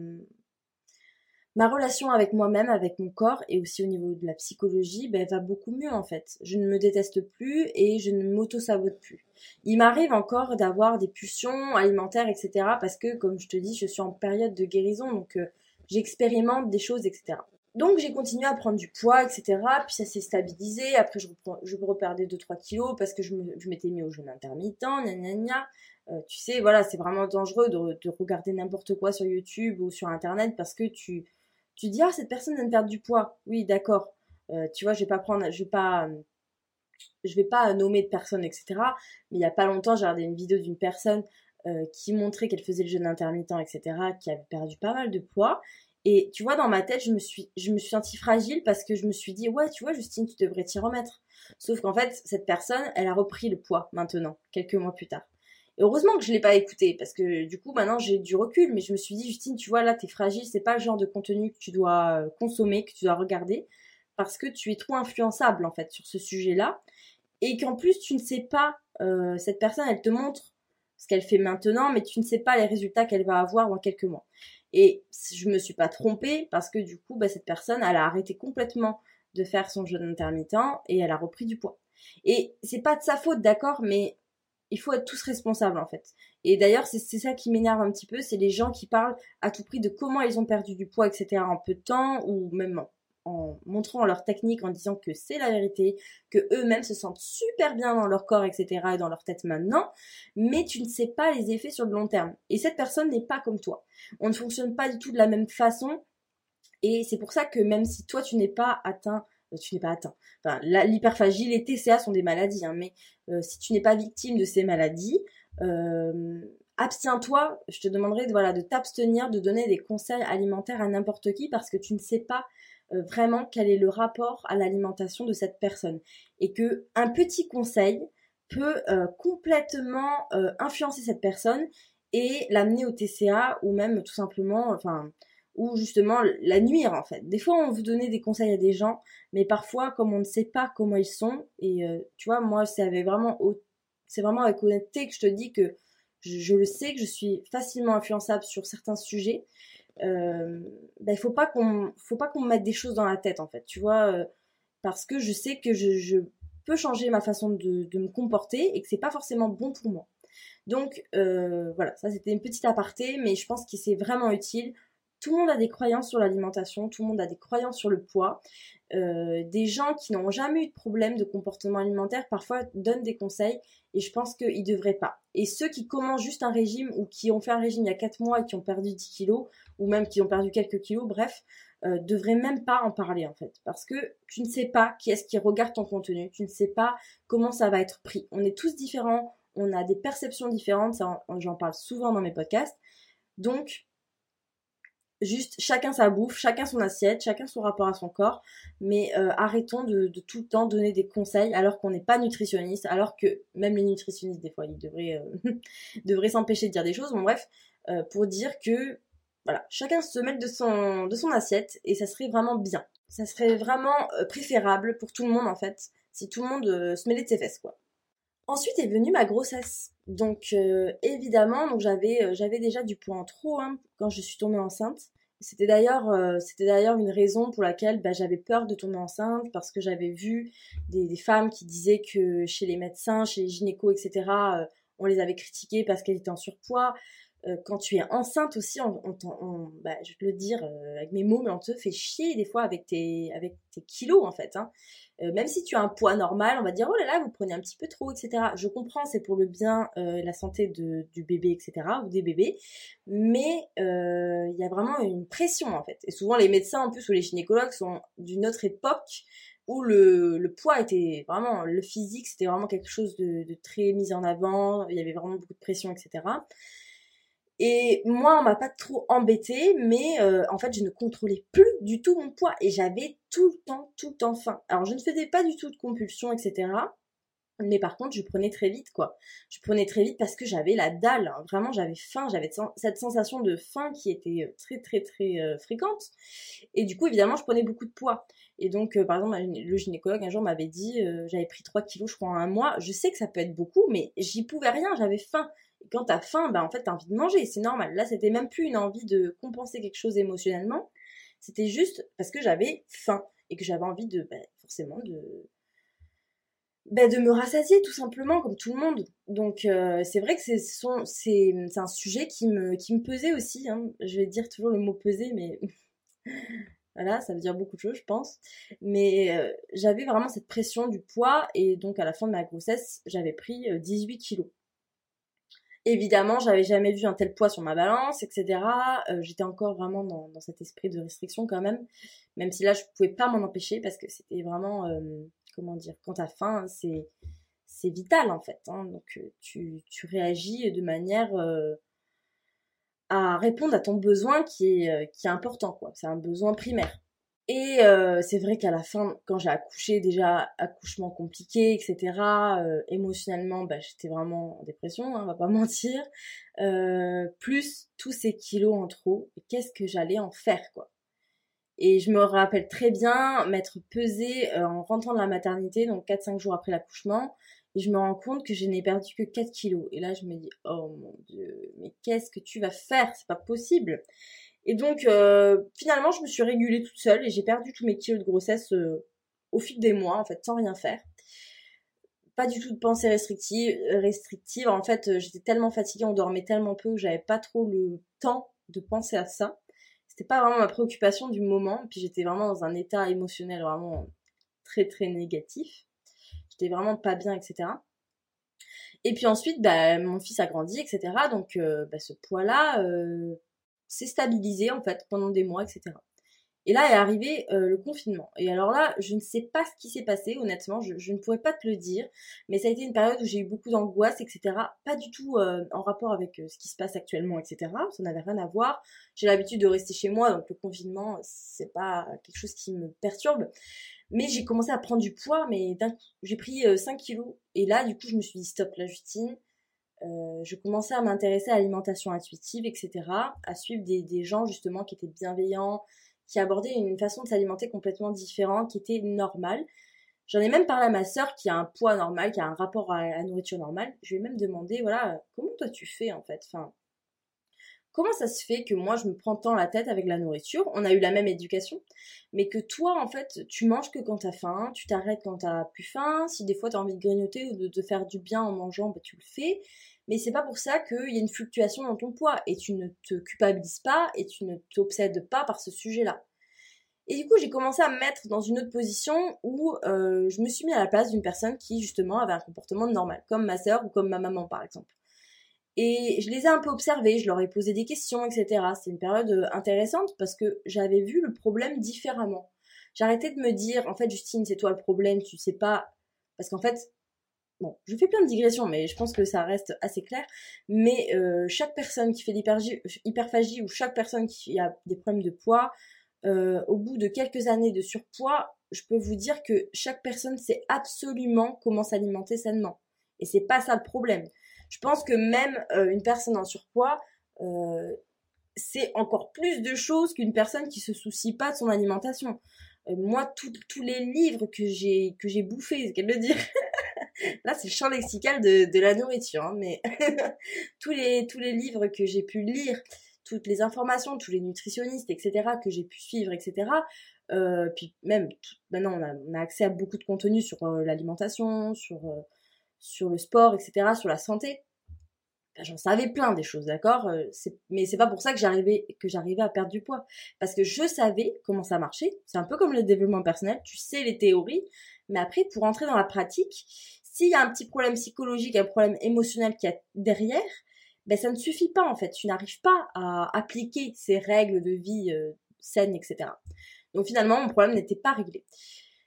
Ma relation avec moi-même, avec mon corps et aussi au niveau de la psychologie, ben, va beaucoup mieux en fait. Je ne me déteste plus et je ne m'auto-sabote plus. Il m'arrive encore d'avoir des pulsions alimentaires, et cetera. Parce que, comme je te dis, je suis en période de guérison, donc euh, j'expérimente des choses, et cetera. Donc j'ai continué à prendre du poids, et cetera. Puis ça s'est stabilisé. Après je, reprends, je reperdais deux trois kilos parce que je, me, je m'étais mis au jeûne intermittent, gna gna gna. Euh, tu sais, voilà, c'est vraiment dangereux de, de regarder n'importe quoi sur YouTube ou sur Internet parce que tu... Tu dis, ah, cette personne vient de perdre du poids. Oui, d'accord. Euh, tu vois, je vais pas prendre, je vais pas, je vais pas nommer de personne, et cetera. Mais il y a pas longtemps, j'ai regardé une vidéo d'une personne euh, qui montrait qu'elle faisait le jeûne intermittent, et cetera, qui avait perdu pas mal de poids. Et tu vois, dans ma tête, je me suis, je me suis sentie fragile parce que je me suis dit, ouais, tu vois, Justine, tu devrais t'y remettre. Sauf qu'en fait, cette personne, elle a repris le poids maintenant, quelques mois plus tard. Et heureusement que je l'ai pas écouté, parce que du coup, maintenant, j'ai du recul, mais je me suis dit, Justine, tu vois, là, t'es fragile, c'est pas le genre de contenu que tu dois consommer, que tu dois regarder, parce que tu es trop influençable, en fait, sur ce sujet-là. Et qu'en plus, tu ne sais pas, euh, cette personne, elle te montre ce qu'elle fait maintenant, mais tu ne sais pas les résultats qu'elle va avoir dans quelques mois. Et je me suis pas trompée, parce que du coup, bah, cette personne, elle a arrêté complètement de faire son jeûne intermittent, et elle a repris du poids. Et c'est pas de sa faute, d'accord, mais il faut être tous responsables en fait. Et d'ailleurs, c'est, c'est ça qui m'énerve un petit peu, c'est les gens qui parlent à tout prix de comment ils ont perdu du poids, et cetera en peu de temps, ou même en, en montrant leur technique, en disant que c'est la vérité, que eux-mêmes se sentent super bien dans leur corps, et cetera et dans leur tête maintenant, mais tu ne sais pas les effets sur le long terme. Et cette personne n'est pas comme toi. On ne fonctionne pas du tout de la même façon, et c'est pour ça que même si toi tu n'es pas atteint tu n'es pas atteint. Enfin, la, l'hyperphagie, les T C A sont des maladies, hein, mais euh, si tu n'es pas victime de ces maladies, euh, abstiens-toi. Je te demanderai de, voilà, de t'abstenir de donner des conseils alimentaires à n'importe qui parce que tu ne sais pas euh, vraiment quel est le rapport à l'alimentation de cette personne. Et que un petit conseil peut euh, complètement euh, influencer cette personne et l'amener au T C A ou même tout simplement, enfin... ou justement la nuire en fait. Des fois on veut donner des conseils à des gens, mais parfois comme on ne sait pas comment ils sont, et euh, tu vois moi c'est avec vraiment c'est vraiment avec honnêteté que je te dis que je, je le sais que je suis facilement influençable sur certains sujets. Euh, ben, il faut pas qu'on faut pas qu'on me mette des choses dans la tête en fait, tu vois, euh, parce que je sais que je, je peux changer ma façon de, de me comporter et que c'est pas forcément bon pour moi. Donc euh, voilà, ça c'était une petite aparté, mais je pense que c'est vraiment utile. Tout le monde a des croyances sur l'alimentation, tout le monde a des croyances sur le poids. Euh, des gens qui n'ont jamais eu de problème de comportement alimentaire parfois donnent des conseils et je pense qu'ils ne devraient pas. Et ceux qui commencent juste un régime ou qui ont fait un régime il y a quatre mois et qui ont perdu dix kilos ou même qui ont perdu quelques kilos, bref, euh, devraient même pas en parler en fait. Parce que tu ne sais pas qui est-ce qui regarde ton contenu, tu ne sais pas comment ça va être pris. On est tous différents, on a des perceptions différentes, ça, j'en parle souvent dans mes podcasts. Donc, juste chacun sa bouffe, chacun son assiette, chacun son rapport à son corps, mais euh, arrêtons de, de tout le temps donner des conseils alors qu'on n'est pas nutritionniste, alors que même les nutritionnistes des fois ils devraient, euh, devraient s'empêcher de dire des choses, bon bref, euh, pour dire que voilà, chacun se mette de son, de son assiette et ça serait vraiment bien. Ça serait vraiment euh, préférable pour tout le monde en fait, si tout le monde euh, se mêlait de ses fesses quoi. Ensuite est venue ma grossesse. Donc euh, évidemment, donc j'avais euh, j'avais déjà du poids en trop hein, quand je suis tombée enceinte. C'était d'ailleurs euh, c'était d'ailleurs une raison pour laquelle bah, j'avais peur de tomber enceinte parce que j'avais vu des, des femmes qui disaient que chez les médecins, chez les gynécos, et cetera. Euh, on les avait critiquées parce qu'elles étaient en surpoids. Euh, quand tu es enceinte aussi, on, on, on, bah, je vais te le dire euh, avec mes mots, mais on te fait chier des fois avec tes, avec tes kilos en fait. Hein. Euh, même si tu as un poids normal, on va dire oh là là, vous prenez un petit peu trop, et cetera. Je comprends, c'est pour le bien, euh, la santé de, du bébé, et cetera. Ou des bébés, mais il euh, y a vraiment une pression en fait. Et souvent les médecins en plus ou les gynécologues sont d'une autre époque où le, le poids était vraiment, le physique, c'était vraiment quelque chose de, de très mis en avant, il y avait vraiment beaucoup de pression, et cetera. Et moi, on m'a pas trop embêtée, mais euh, en fait, je ne contrôlais plus du tout mon poids et j'avais tout le temps, tout le temps faim. Alors, je ne faisais pas du tout de compulsion, et cetera. Mais par contre, je prenais très vite, quoi. Je prenais très vite parce que j'avais la dalle, hein. Vraiment, j'avais faim, j'avais cette sensation de faim qui était très, très, très euh, fréquente. Et du coup, évidemment, je prenais beaucoup de poids. Et donc, euh, par exemple, le gynécologue, un jour, m'avait dit, euh, j'avais pris trois kilos, je crois, en un mois. Je sais que ça peut être beaucoup, mais j'y pouvais rien, j'avais faim. Et quand t'as faim, bah, en fait, t'as envie de manger, c'est normal. Là, c'était même plus une envie de compenser quelque chose émotionnellement. C'était juste parce que j'avais faim et que j'avais envie de, bah, forcément, de ben de me rassasier tout simplement comme tout le monde. Donc euh, c'est vrai que c'est son c'est c'est un sujet qui me qui me pesait aussi, hein. Je vais dire toujours le mot peser, mais voilà, ça veut dire beaucoup de choses, je pense. Mais euh, j'avais vraiment cette pression du poids et donc à la fin de ma grossesse, j'avais pris euh, dix-huit kilos. Évidemment, j'avais jamais vu un tel poids sur ma balance, et cetera. Euh, j'étais encore vraiment dans, dans cet esprit de restriction quand même, même si là je pouvais pas m'en empêcher parce que c'était vraiment, euh, comment dire, quand t'as faim, c'est c'est vital en fait, hein. Donc euh, tu tu réagis de manière euh, à répondre à ton besoin qui est euh, qui est important, quoi. C'est un besoin primaire. Et euh, c'est vrai qu'à la fin, quand j'ai accouché, déjà accouchement compliqué, et cetera. Euh, émotionnellement, bah, j'étais vraiment en dépression, hein, on va pas mentir. Euh, plus tous ces kilos en trop, et qu'est-ce que j'allais en faire, quoi. Et je me rappelle très bien m'être pesée euh, en rentrant de la maternité, donc quatre cinq jours après l'accouchement, et je me rends compte que je n'ai perdu que quatre kilos. Et là, je me dis, oh mon Dieu, mais qu'est-ce que tu vas faire? C'est pas possible. Et donc, euh, finalement, je me suis régulée toute seule et j'ai perdu tous mes kilos de grossesse euh, au fil des mois, en fait, sans rien faire. Pas du tout de pensée restrictive. restrictive. En fait, euh, j'étais tellement fatiguée, on dormait tellement peu que j'avais pas trop le temps de penser à ça. C'était pas vraiment ma préoccupation du moment. Puis j'étais vraiment dans un état émotionnel vraiment très très négatif. J'étais vraiment pas bien, et cetera. Et puis ensuite, bah, mon fils a grandi, et cetera. Donc, euh, bah, ce poids-là euh, s'est stabilisé en fait pendant des mois, et cetera. Et là est arrivé euh, le confinement. Et alors là, je ne sais pas ce qui s'est passé, honnêtement, je, je ne pourrais pas te le dire, mais ça a été une période où j'ai eu beaucoup d'angoisse, et cetera. Pas du tout euh, en rapport avec euh, ce qui se passe actuellement, et cetera. Ça n'avait rien à voir. J'ai l'habitude de rester chez moi, donc le confinement, c'est pas quelque chose qui me perturbe. Mais j'ai commencé à prendre du poids, mais d'un coup, j'ai pris euh, cinq kilos. Et là, du coup, je me suis dit, stop, là, Justine. Euh, je commençais à m'intéresser à l'alimentation intuitive, et cetera. À suivre des, des gens, justement, qui étaient bienveillants, qui abordaient une façon de s'alimenter complètement différente, qui était normale. J'en ai même parlé à ma sœur qui a un poids normal, qui a un rapport à la nourriture normale. Je lui ai même demandé, voilà, comment toi tu fais, en fait? Enfin, comment ça se fait que moi je me prends tant la tête avec la nourriture? On a eu la même éducation, mais que toi en fait tu manges que quand t'as faim, tu t'arrêtes quand t'as plus faim, si des fois t'as envie de grignoter ou de te faire du bien en mangeant, bah tu le fais, mais c'est pas pour ça qu'il y a une fluctuation dans ton poids et tu ne te culpabilises pas et tu ne t'obsèdes pas par ce sujet-là. Et du coup j'ai commencé à me mettre dans une autre position où euh, je me suis mis à la place d'une personne qui justement avait un comportement normal, comme ma sœur ou comme ma maman par exemple. Et je les ai un peu observés, je leur ai posé des questions, et cetera. C'est une période intéressante parce que j'avais vu le problème différemment. J'arrêtais de me dire, en fait, Justine, c'est toi le problème, tu sais pas. Parce qu'en fait, bon, je fais plein de digressions, mais je pense que ça reste assez clair. Mais euh, chaque personne qui fait l'hyperphagie ou chaque personne qui a des problèmes de poids, euh, au bout de quelques années de surpoids, je peux vous dire que chaque personne sait absolument comment s'alimenter sainement. Et c'est pas ça le problème. Je pense que même euh, une personne en surpoids, euh, c'est encore plus de choses qu'une personne qui se soucie pas de son alimentation. Euh, moi, tous les livres que j'ai que j'ai bouffés, c'est qu'elle le dire. Là, c'est le champ lexical de, de la nourriture, hein, mais tous les tous les livres que j'ai pu lire, toutes les informations, tous les nutritionnistes, et cetera, que j'ai pu suivre, et cetera. Euh, puis même, tout, maintenant, on a, on a accès à beaucoup de contenu sur euh, l'alimentation, sur, euh, sur le sport, et cetera, sur la santé. Enfin, j'en savais plein des choses, d'accord, euh, c'est, mais c'est pas pour ça que j'arrivais, que j'arrivais à perdre du poids. Parce que je savais comment ça marchait. C'est un peu comme le développement personnel. Tu sais les théories, mais après, pour entrer dans la pratique, s'il y a un petit problème psychologique, un problème émotionnel qu'il y a derrière, ben ça ne suffit pas en fait. Tu n'arrives pas à appliquer ces règles de vie euh, saines, et cetera. Donc finalement, mon problème n'était pas réglé.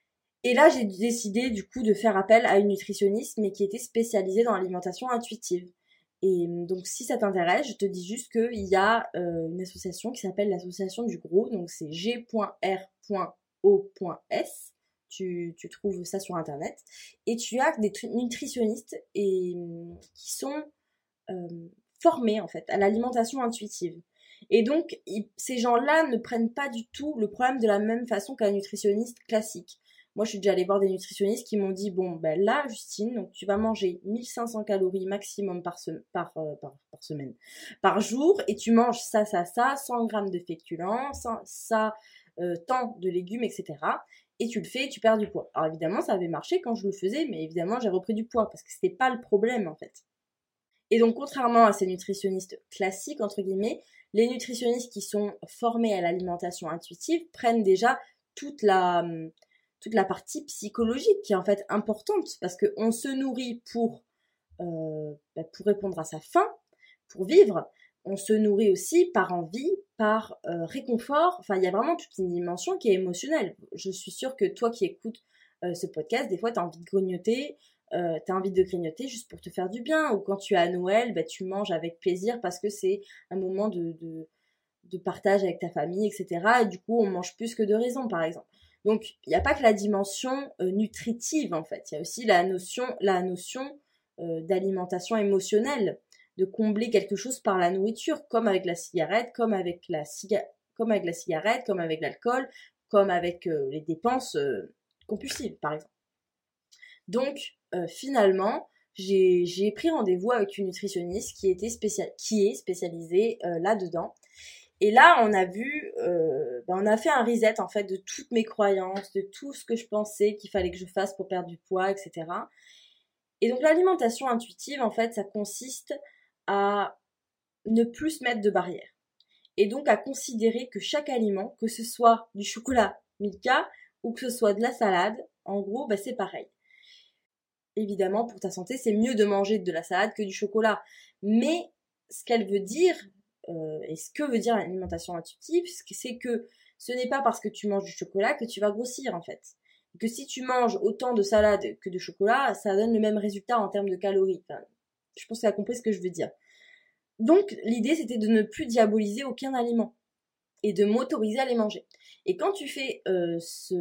Et là, j'ai décidé du coup de faire appel à une nutritionniste, mais qui était spécialisée dans l'alimentation intuitive. Et donc, si ça t'intéresse, je te dis juste qu'il y a euh, une association qui s'appelle l'association du gros, donc c'est g point r point o point s. Tu, tu trouves ça sur internet. Et tu as des nutritionnistes et, qui sont euh, formés en fait à l'alimentation intuitive. Et donc, ils, ces gens-là ne prennent pas du tout le problème de la même façon qu'un nutritionniste classique. Moi, je suis déjà allée voir des nutritionnistes qui m'ont dit, bon, ben là, Justine, donc tu vas manger mille cinq cents calories maximum par, se, par, euh, par, par semaine, par jour, et tu manges ça, ça, ça, cent grammes de féculents, ça, ça euh, tant de légumes, et cetera. Et tu le fais et tu perds du poids. Alors évidemment, ça avait marché quand je le faisais, mais évidemment, j'ai repris du poids, parce que c'était pas le problème, en fait. Et donc, contrairement à ces nutritionnistes classiques, entre guillemets, les nutritionnistes qui sont formés à l'alimentation intuitive prennent déjà toute la... toute la partie psychologique qui est en fait importante parce qu'on se nourrit pour, euh, pour répondre à sa faim, pour vivre. On se nourrit aussi par envie, par euh, réconfort. Enfin, il y a vraiment toute une dimension qui est émotionnelle. Je suis sûre que toi qui écoutes euh, ce podcast, des fois, tu as envie de grignoter, euh, tu as envie de grignoter juste pour te faire du bien. Ou quand tu es à Noël, bah, tu manges avec plaisir parce que c'est un moment de, de, de partage avec ta famille, et cetera. Et du coup, on mange plus que de raison, par exemple. Donc, il n'y a pas que la dimension euh, nutritive, en fait. Il y a aussi la notion, la notion euh, d'alimentation émotionnelle, de combler quelque chose par la nourriture, comme avec la cigarette, comme avec la, ciga- comme avec la cigarette, comme avec l'alcool, comme avec euh, les dépenses euh, compulsives, par exemple. Donc, euh, finalement, j'ai, j'ai pris rendez-vous avec une nutritionniste qui, était spécial, qui est spécialisée euh, là-dedans. Et là, on a vu, euh, ben on a fait un reset en fait de toutes mes croyances, de tout ce que je pensais qu'il fallait que je fasse pour perdre du poids, et cetera. Et donc l'alimentation intuitive, en fait, ça consiste à ne plus se mettre de barrières. Et donc à considérer que chaque aliment, que ce soit du chocolat Milka ou que ce soit de la salade, en gros, ben c'est pareil. Évidemment, pour ta santé, c'est mieux de manger de la salade que du chocolat. Mais ce qu'elle veut dire, euh, et ce que veut dire l'alimentation intuitive, c'est que ce n'est pas parce que tu manges du chocolat que tu vas grossir en fait. Que si tu manges autant de salade que de chocolat, ça donne le même résultat en termes de calories. Enfin, je pense que tu as compris ce que je veux dire. Donc l'idée c'était de ne plus diaboliser aucun aliment et de m'autoriser à les manger. Et quand tu fais euh, ce...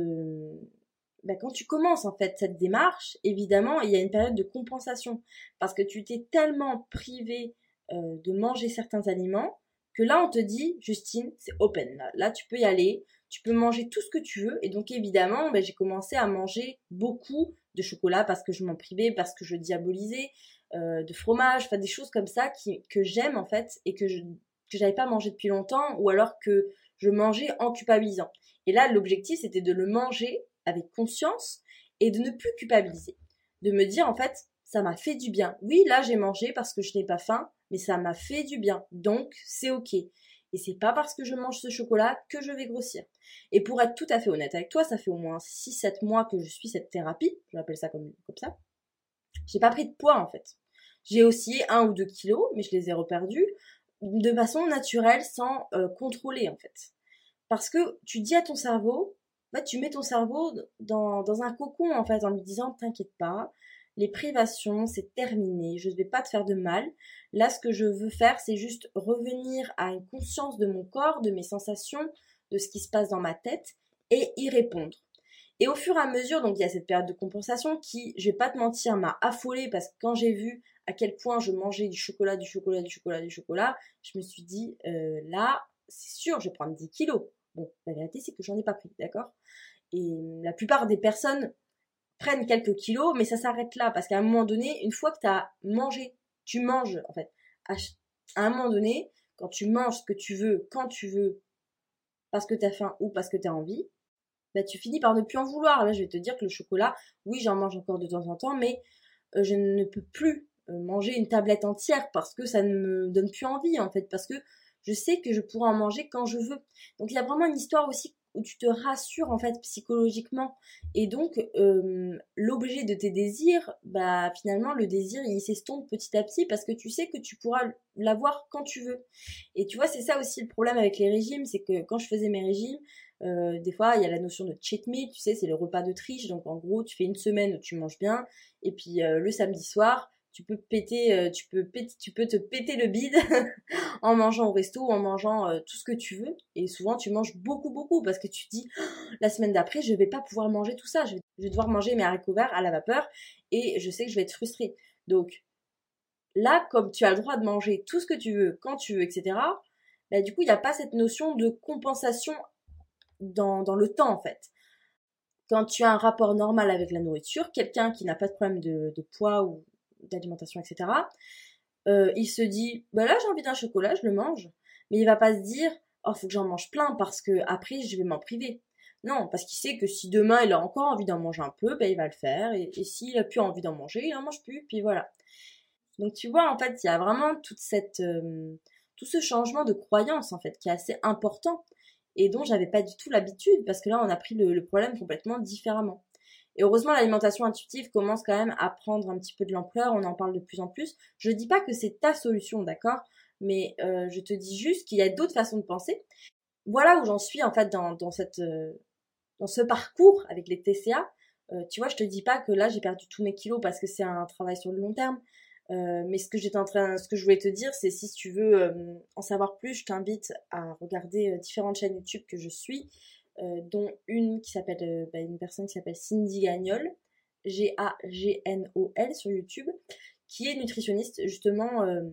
Ben, quand tu commences en fait cette démarche, évidemment, il y a une période de compensation parce que tu t'es tellement privé euh, de manger certains aliments que là on te dit, Justine, c'est open. Là, là tu peux y aller, tu peux manger tout ce que tu veux. Et donc évidemment, ben, j'ai commencé à manger beaucoup de chocolat parce que je m'en privais, parce que je diabolisais, euh, de fromage, enfin des choses comme ça qui, que j'aime en fait et que je que j'avais pas mangé depuis longtemps ou alors que je mangeais en culpabilisant. Et là, l'objectif, c'était de le manger avec conscience et de ne plus culpabiliser. De me dire, en fait, ça m'a fait du bien. Oui, là, j'ai mangé parce que je n'ai pas faim, mais ça m'a fait du bien. Donc, c'est ok. Et c'est pas parce que je mange ce chocolat que je vais grossir. Et pour être tout à fait honnête avec toi, ça fait au moins six sept mois que je suis cette thérapie. Je l'appelle ça comme, comme ça. J'ai pas pris de poids, en fait. J'ai oscillé un ou deux kilos, mais je les ai reperdus de façon naturelle, sans euh, contrôler, en fait. Parce que tu dis à ton cerveau, bah, tu mets ton cerveau dans, dans un cocon, en fait, en lui disant, t'inquiète pas, les privations, c'est terminé, je ne vais pas te faire de mal. Là, ce que je veux faire, c'est juste revenir à une conscience de mon corps, de mes sensations, de ce qui se passe dans ma tête, et y répondre. Et au fur et à mesure, donc il y a cette période de compensation qui, je vais pas te mentir, m'a affolée parce que quand j'ai vu à quel point je mangeais du chocolat, du chocolat, du chocolat, du chocolat, je me suis dit, euh, là, c'est sûr, je vais prendre dix kilos. Bon, la vérité, c'est que j'en ai pas pris, d'accord? Et la plupart des personnes prennent quelques kilos, mais ça s'arrête là, parce qu'à un moment donné, une fois que tu as mangé, tu manges, en fait, à, à un moment donné, quand tu manges ce que tu veux, quand tu veux, parce que tu as faim ou parce que tu as envie, bah, tu finis par ne plus en vouloir. Là, je vais te dire que le chocolat, oui, j'en mange encore de temps en temps, mais euh, je ne peux plus euh, manger une tablette entière parce que ça ne me donne plus envie, en fait, parce que je sais que je pourrai en manger quand je veux. Donc, il y a vraiment une histoire aussi où tu te rassures en fait psychologiquement. Et donc euh, l'objet de tes désirs, bah finalement le désir il s'estompe petit à petit parce que tu sais que tu pourras l'avoir quand tu veux. Et tu vois, c'est ça aussi le problème avec les régimes, c'est que quand je faisais mes régimes, euh, des fois il y a la notion de cheat meal, tu sais, c'est le repas de triche. Donc en gros tu fais une semaine où tu manges bien et puis euh, le samedi soir tu peux péter, euh, tu peux péter, tu peux te péter le bide en mangeant au resto ou en mangeant euh, tout ce que tu veux. Et souvent, tu manges beaucoup, beaucoup parce que tu te dis, oh, la semaine d'après, je vais pas pouvoir manger tout ça. Je vais, je vais devoir manger mes haricots verts à la vapeur et je sais que je vais être frustrée. Donc là, comme tu as le droit de manger tout ce que tu veux, quand tu veux, et cetera, bah, du coup, il n'y a pas cette notion de compensation dans, dans le temps, en fait. Quand tu as un rapport normal avec la nourriture, quelqu'un qui n'a pas de problème de, de poids ou d'alimentation, et cetera, euh, il se dit, bah là j'ai envie d'un chocolat, je le mange. Mais il va pas se dire, oh faut que j'en mange plein parce que après je vais m'en priver. Non, parce qu'il sait que si demain il a encore envie d'en manger un peu, ben il va le faire. Et, et s'il a plus envie d'en manger, il en mange plus. Puis voilà. Donc tu vois, en fait, il y a vraiment toute cette, euh, tout ce changement de croyance en fait qui est assez important et dont j'avais pas du tout l'habitude parce que là on a pris le, le problème complètement différemment. Et heureusement, l'alimentation intuitive commence quand même à prendre un petit peu de l'ampleur, on en parle de plus en plus. Je dis pas que c'est ta solution, d'accord? Mais euh, je te dis juste qu'il y a d'autres façons de penser. Voilà où j'en suis en fait dans, dans, cette, euh, dans ce parcours avec les T C A. Euh, tu vois, je te dis pas que là j'ai perdu tous mes kilos parce que c'est un travail sur le long terme. Euh, mais ce que j'étais en train, ce que je voulais te dire, c'est si tu veux euh, en savoir plus, je t'invite à regarder euh, différentes chaînes YouTube que je suis. Euh, dont une qui s'appelle euh, bah, une personne qui s'appelle Cindy Gagnol, G A G N O L sur YouTube, qui est nutritionniste justement euh,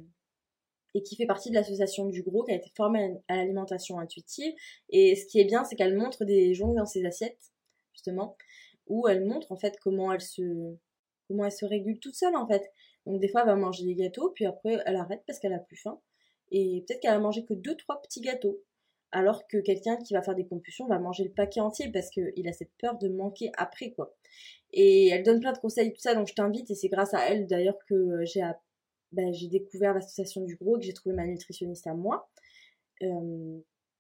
et qui fait partie de l'association du Gros, qui a été formée à l'alimentation intuitive. Et ce qui est bien, c'est qu'elle montre des journées dans ses assiettes, justement, où elle montre en fait comment elle se comment elle se régule toute seule en fait. Donc des fois elle va manger des gâteaux, puis après elle arrête parce qu'elle a plus faim. Et peut-être qu'elle a mangé que deux trois petits gâteaux. Alors que quelqu'un qui va faire des compulsions va manger le paquet entier parce qu'il a cette peur de manquer après, quoi. Et elle donne plein de conseils, tout ça, donc je t'invite, et c'est grâce à elle d'ailleurs que j'ai, ben, j'ai découvert l'association du Gros, que j'ai trouvé ma nutritionniste à moi. Euh,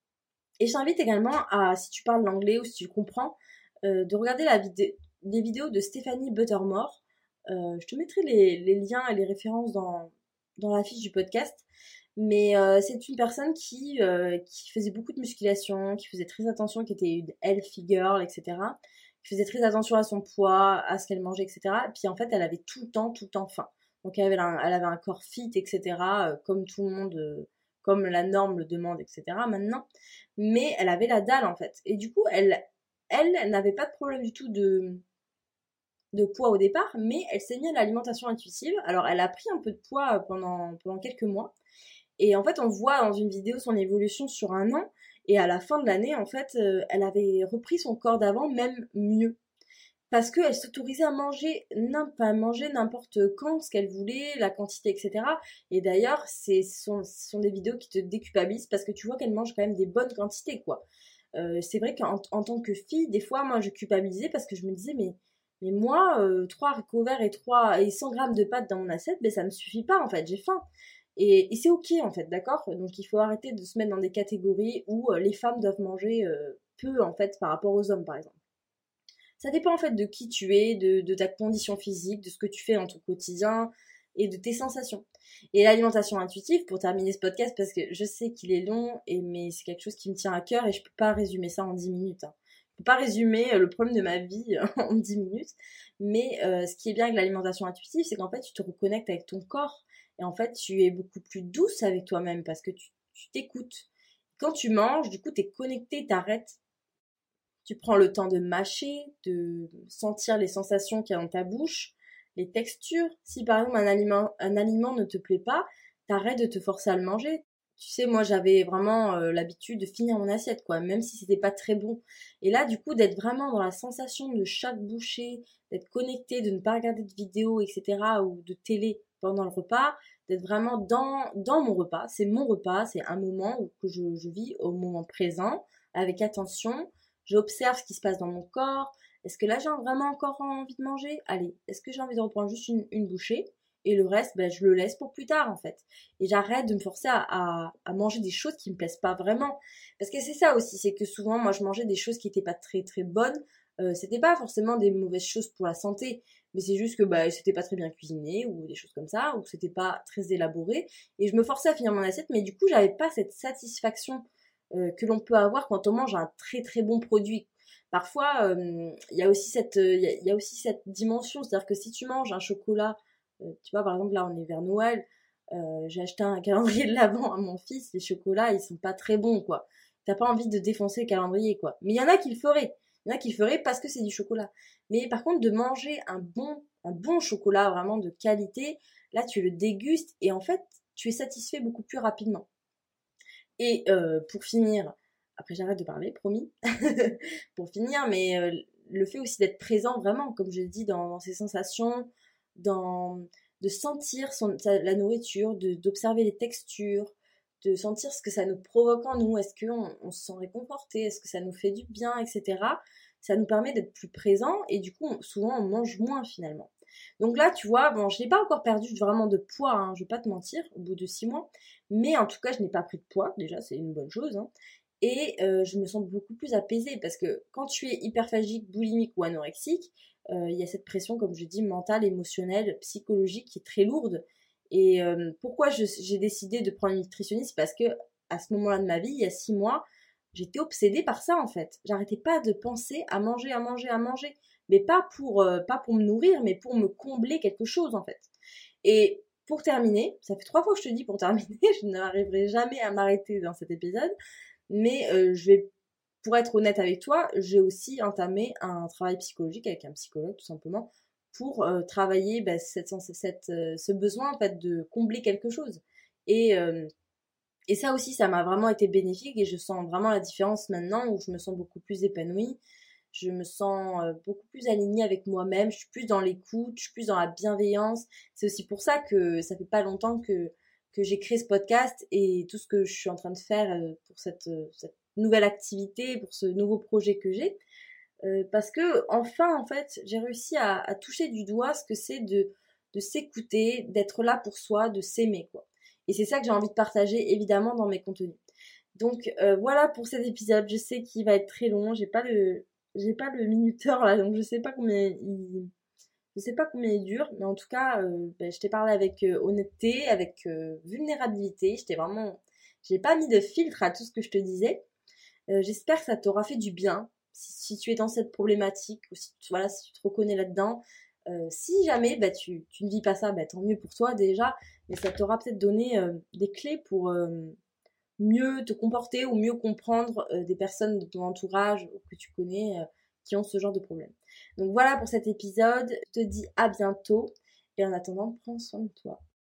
et je t'invite également à, si tu parles l'anglais ou si tu comprends, euh, de regarder la vidéo, les vidéos de Stéphanie Buttermore. Euh, je te mettrai les, les liens et les références dans, dans la fiche du podcast. Mais euh, c'est une personne qui, euh, qui faisait beaucoup de musculation, qui faisait très attention, qui était une healthy girl, et cetera. Qui faisait très attention à son poids, à ce qu'elle mangeait, et cetera. Et puis en fait, elle avait tout le temps, tout le temps faim. Donc elle avait un, elle avait un corps fit, et cetera. Euh, comme tout le monde, euh, comme la norme le demande, et cetera. Maintenant. Mais elle avait la dalle en fait. Et du coup, elle, elle, elle n'avait pas de problème du tout de, de poids au départ, mais elle s'est mise à l'alimentation intuitive. Alors elle a pris un peu de poids pendant, pendant quelques mois. Et en fait, on voit dans une vidéo son évolution sur un an. Et à la fin de l'année, en fait, euh, elle avait repris son corps d'avant, même mieux. Parce qu'elle s'autorisait à manger, à manger n'importe quand, ce qu'elle voulait, la quantité, et cetera. Et d'ailleurs, c'est, ce sont, ce sont des vidéos qui te déculpabilisent parce que tu vois qu'elle mange quand même des bonnes quantités, quoi. Euh, c'est vrai qu'en en tant que fille, des fois, moi, je culpabilisais parce que je me disais, mais, mais moi, euh, trois haricots verts et, trois, et cent grammes de pâtes dans mon assiette, ben, ça me suffit pas, en fait, j'ai faim. Et, et c'est ok en fait, d'accord? Donc il faut arrêter de se mettre dans des catégories où euh, les femmes doivent manger euh, peu en fait par rapport aux hommes par exemple. Ça dépend en fait de qui tu es, de, de ta condition physique, de ce que tu fais dans ton quotidien et de tes sensations. Et l'alimentation intuitive, pour terminer ce podcast, parce que je sais qu'il est long, et, mais c'est quelque chose qui me tient à cœur et je peux pas résumer ça en dix minutes. Hein. Je peux pas résumer le problème de ma vie en dix minutes, mais euh, ce qui est bien avec l'alimentation intuitive, c'est qu'en fait tu te reconnectes avec ton corps. Et en fait, tu es beaucoup plus douce avec toi-même parce que tu, tu t'écoutes. Quand tu manges, du coup, tu es connecté, t'arrêtes. Tu prends le temps de mâcher, de sentir les sensations qu'il y a dans ta bouche, les textures. Si par exemple un aliment, un aliment ne te plaît pas, t'arrêtes de te forcer à le manger. Tu sais, moi j'avais vraiment euh, l'habitude de finir mon assiette, quoi, même si c'était pas très bon. Et là, du coup, d'être vraiment dans la sensation de chaque bouchée, d'être connecté, de ne pas regarder de vidéos, et cetera, ou de télé pendant le repas, d'être vraiment dans, dans mon repas. C'est mon repas, c'est un moment où, que je, je vis au moment présent, avec attention. J'observe ce qui se passe dans mon corps. Est-ce que là j'ai vraiment encore envie de manger? Allez, est-ce que j'ai envie de reprendre juste une, une bouchée? et le reste, bah, je le laisse pour plus tard en fait. Et j'arrête de me forcer à, à, à manger des choses qui me plaisent pas vraiment. Parce que c'est ça aussi, c'est que souvent moi je mangeais des choses qui étaient pas très très bonnes. Euh, c'était pas forcément des mauvaises choses pour la santé, mais c'est juste que bah, c'était pas très bien cuisiné ou des choses comme ça, ou c'était pas très élaboré. Et je me forçais à finir mon assiette, mais du coup j'avais pas cette satisfaction euh, que l'on peut avoir quand on mange un très très bon produit. Parfois, il euh, y a aussi cette, il y, y a aussi cette dimension, c'est-à-dire que si tu manges un chocolat, euh, tu vois, par exemple là on est vers Noël, euh, j'ai acheté un calendrier de l'Avent à mon fils, les chocolats ils sont pas très bons quoi. T'as pas envie de défoncer le calendrier quoi. Mais il y en a qui le feraient, il y en a qui le feraient parce que c'est du chocolat. Mais par contre de manger un bon, un bon chocolat vraiment de qualité, là tu le dégustes et en fait tu es satisfait beaucoup plus rapidement. Et euh, pour finir, après j'arrête de parler, promis, pour finir, mais euh, le fait aussi d'être présent vraiment, comme je dis, dans, dans ses sensations, dans, de sentir son, la nourriture, de, d'observer les textures, de sentir ce que ça nous provoque en nous, est-ce qu'on on se sent réconforté, est-ce que ça nous fait du bien, et cetera. Ça nous permet d'être plus présent et du coup, on, souvent, on mange moins finalement. Donc là, tu vois, bon, je n'ai pas encore perdu vraiment de poids, hein, je vais pas te mentir, au bout de six mois. Mais en tout cas, je n'ai pas pris de poids, déjà, c'est une bonne chose. Hein. Et euh, je me sens beaucoup plus apaisée parce que quand tu es hyperphagique, boulimique ou anorexique, euh, il y a cette pression, comme je dis, mentale, émotionnelle, psychologique qui est très lourde. Et euh, pourquoi je, j'ai décidé de prendre une nutritionniste? Parce que à ce moment-là de ma vie, il y a six mois, j'étais obsédée par ça en fait. J'arrêtais pas de penser à manger, à manger, à manger. Mais pas pour, euh, pas pour me nourrir, mais pour me combler quelque chose en fait. Et pour terminer, ça fait trois fois que je te dis pour terminer, je n'arriverai jamais à m'arrêter dans cet épisode, mais euh, je vais, pour être honnête avec toi, j'ai aussi entamé un travail psychologique avec un psychologue tout simplement pour euh, travailler bah, cette, cette, euh, ce besoin en fait de combler quelque chose. Et, euh, et ça aussi, ça m'a vraiment été bénéfique et je sens vraiment la différence maintenant où je me sens beaucoup plus épanouie. Je me sens euh, beaucoup plus alignée avec moi-même, je suis plus dans l'écoute, je suis plus dans la bienveillance. C'est aussi pour ça que ça fait pas longtemps que, que j'ai créé ce podcast et tout ce que je suis en train de faire euh, pour cette, euh, cette nouvelle activité, pour ce nouveau projet que j'ai. Euh, parce que enfin, en fait, j'ai réussi à, à toucher du doigt ce que c'est de, de s'écouter, d'être là pour soi, de s'aimer, quoi. Et c'est ça que j'ai envie de partager, évidemment, dans mes contenus. Donc euh, voilà pour cet épisode. Je sais qu'il va être très long. J'ai pas le, j'ai pas le minuteur là, donc je sais pas combien il, je sais pas combien il dure. Mais en tout cas, euh, ben, je t'ai parlé avec euh, honnêteté, avec euh, vulnérabilité. Je t'ai vraiment, j'ai pas mis de filtre à tout ce que je te disais. Euh, j'espère que ça t'aura fait du bien. Si, si tu es dans cette problématique, ou si, voilà, si tu te reconnais là-dedans. Euh, si jamais bah, tu, tu ne vis pas ça, bah, tant mieux pour toi déjà. Mais ça t'aura peut-être donné euh, des clés pour euh, mieux te comporter ou mieux comprendre euh, des personnes de ton entourage ou que tu connais euh, qui ont ce genre de problème. Donc voilà pour cet épisode, je te dis à bientôt et en attendant, prends soin de toi.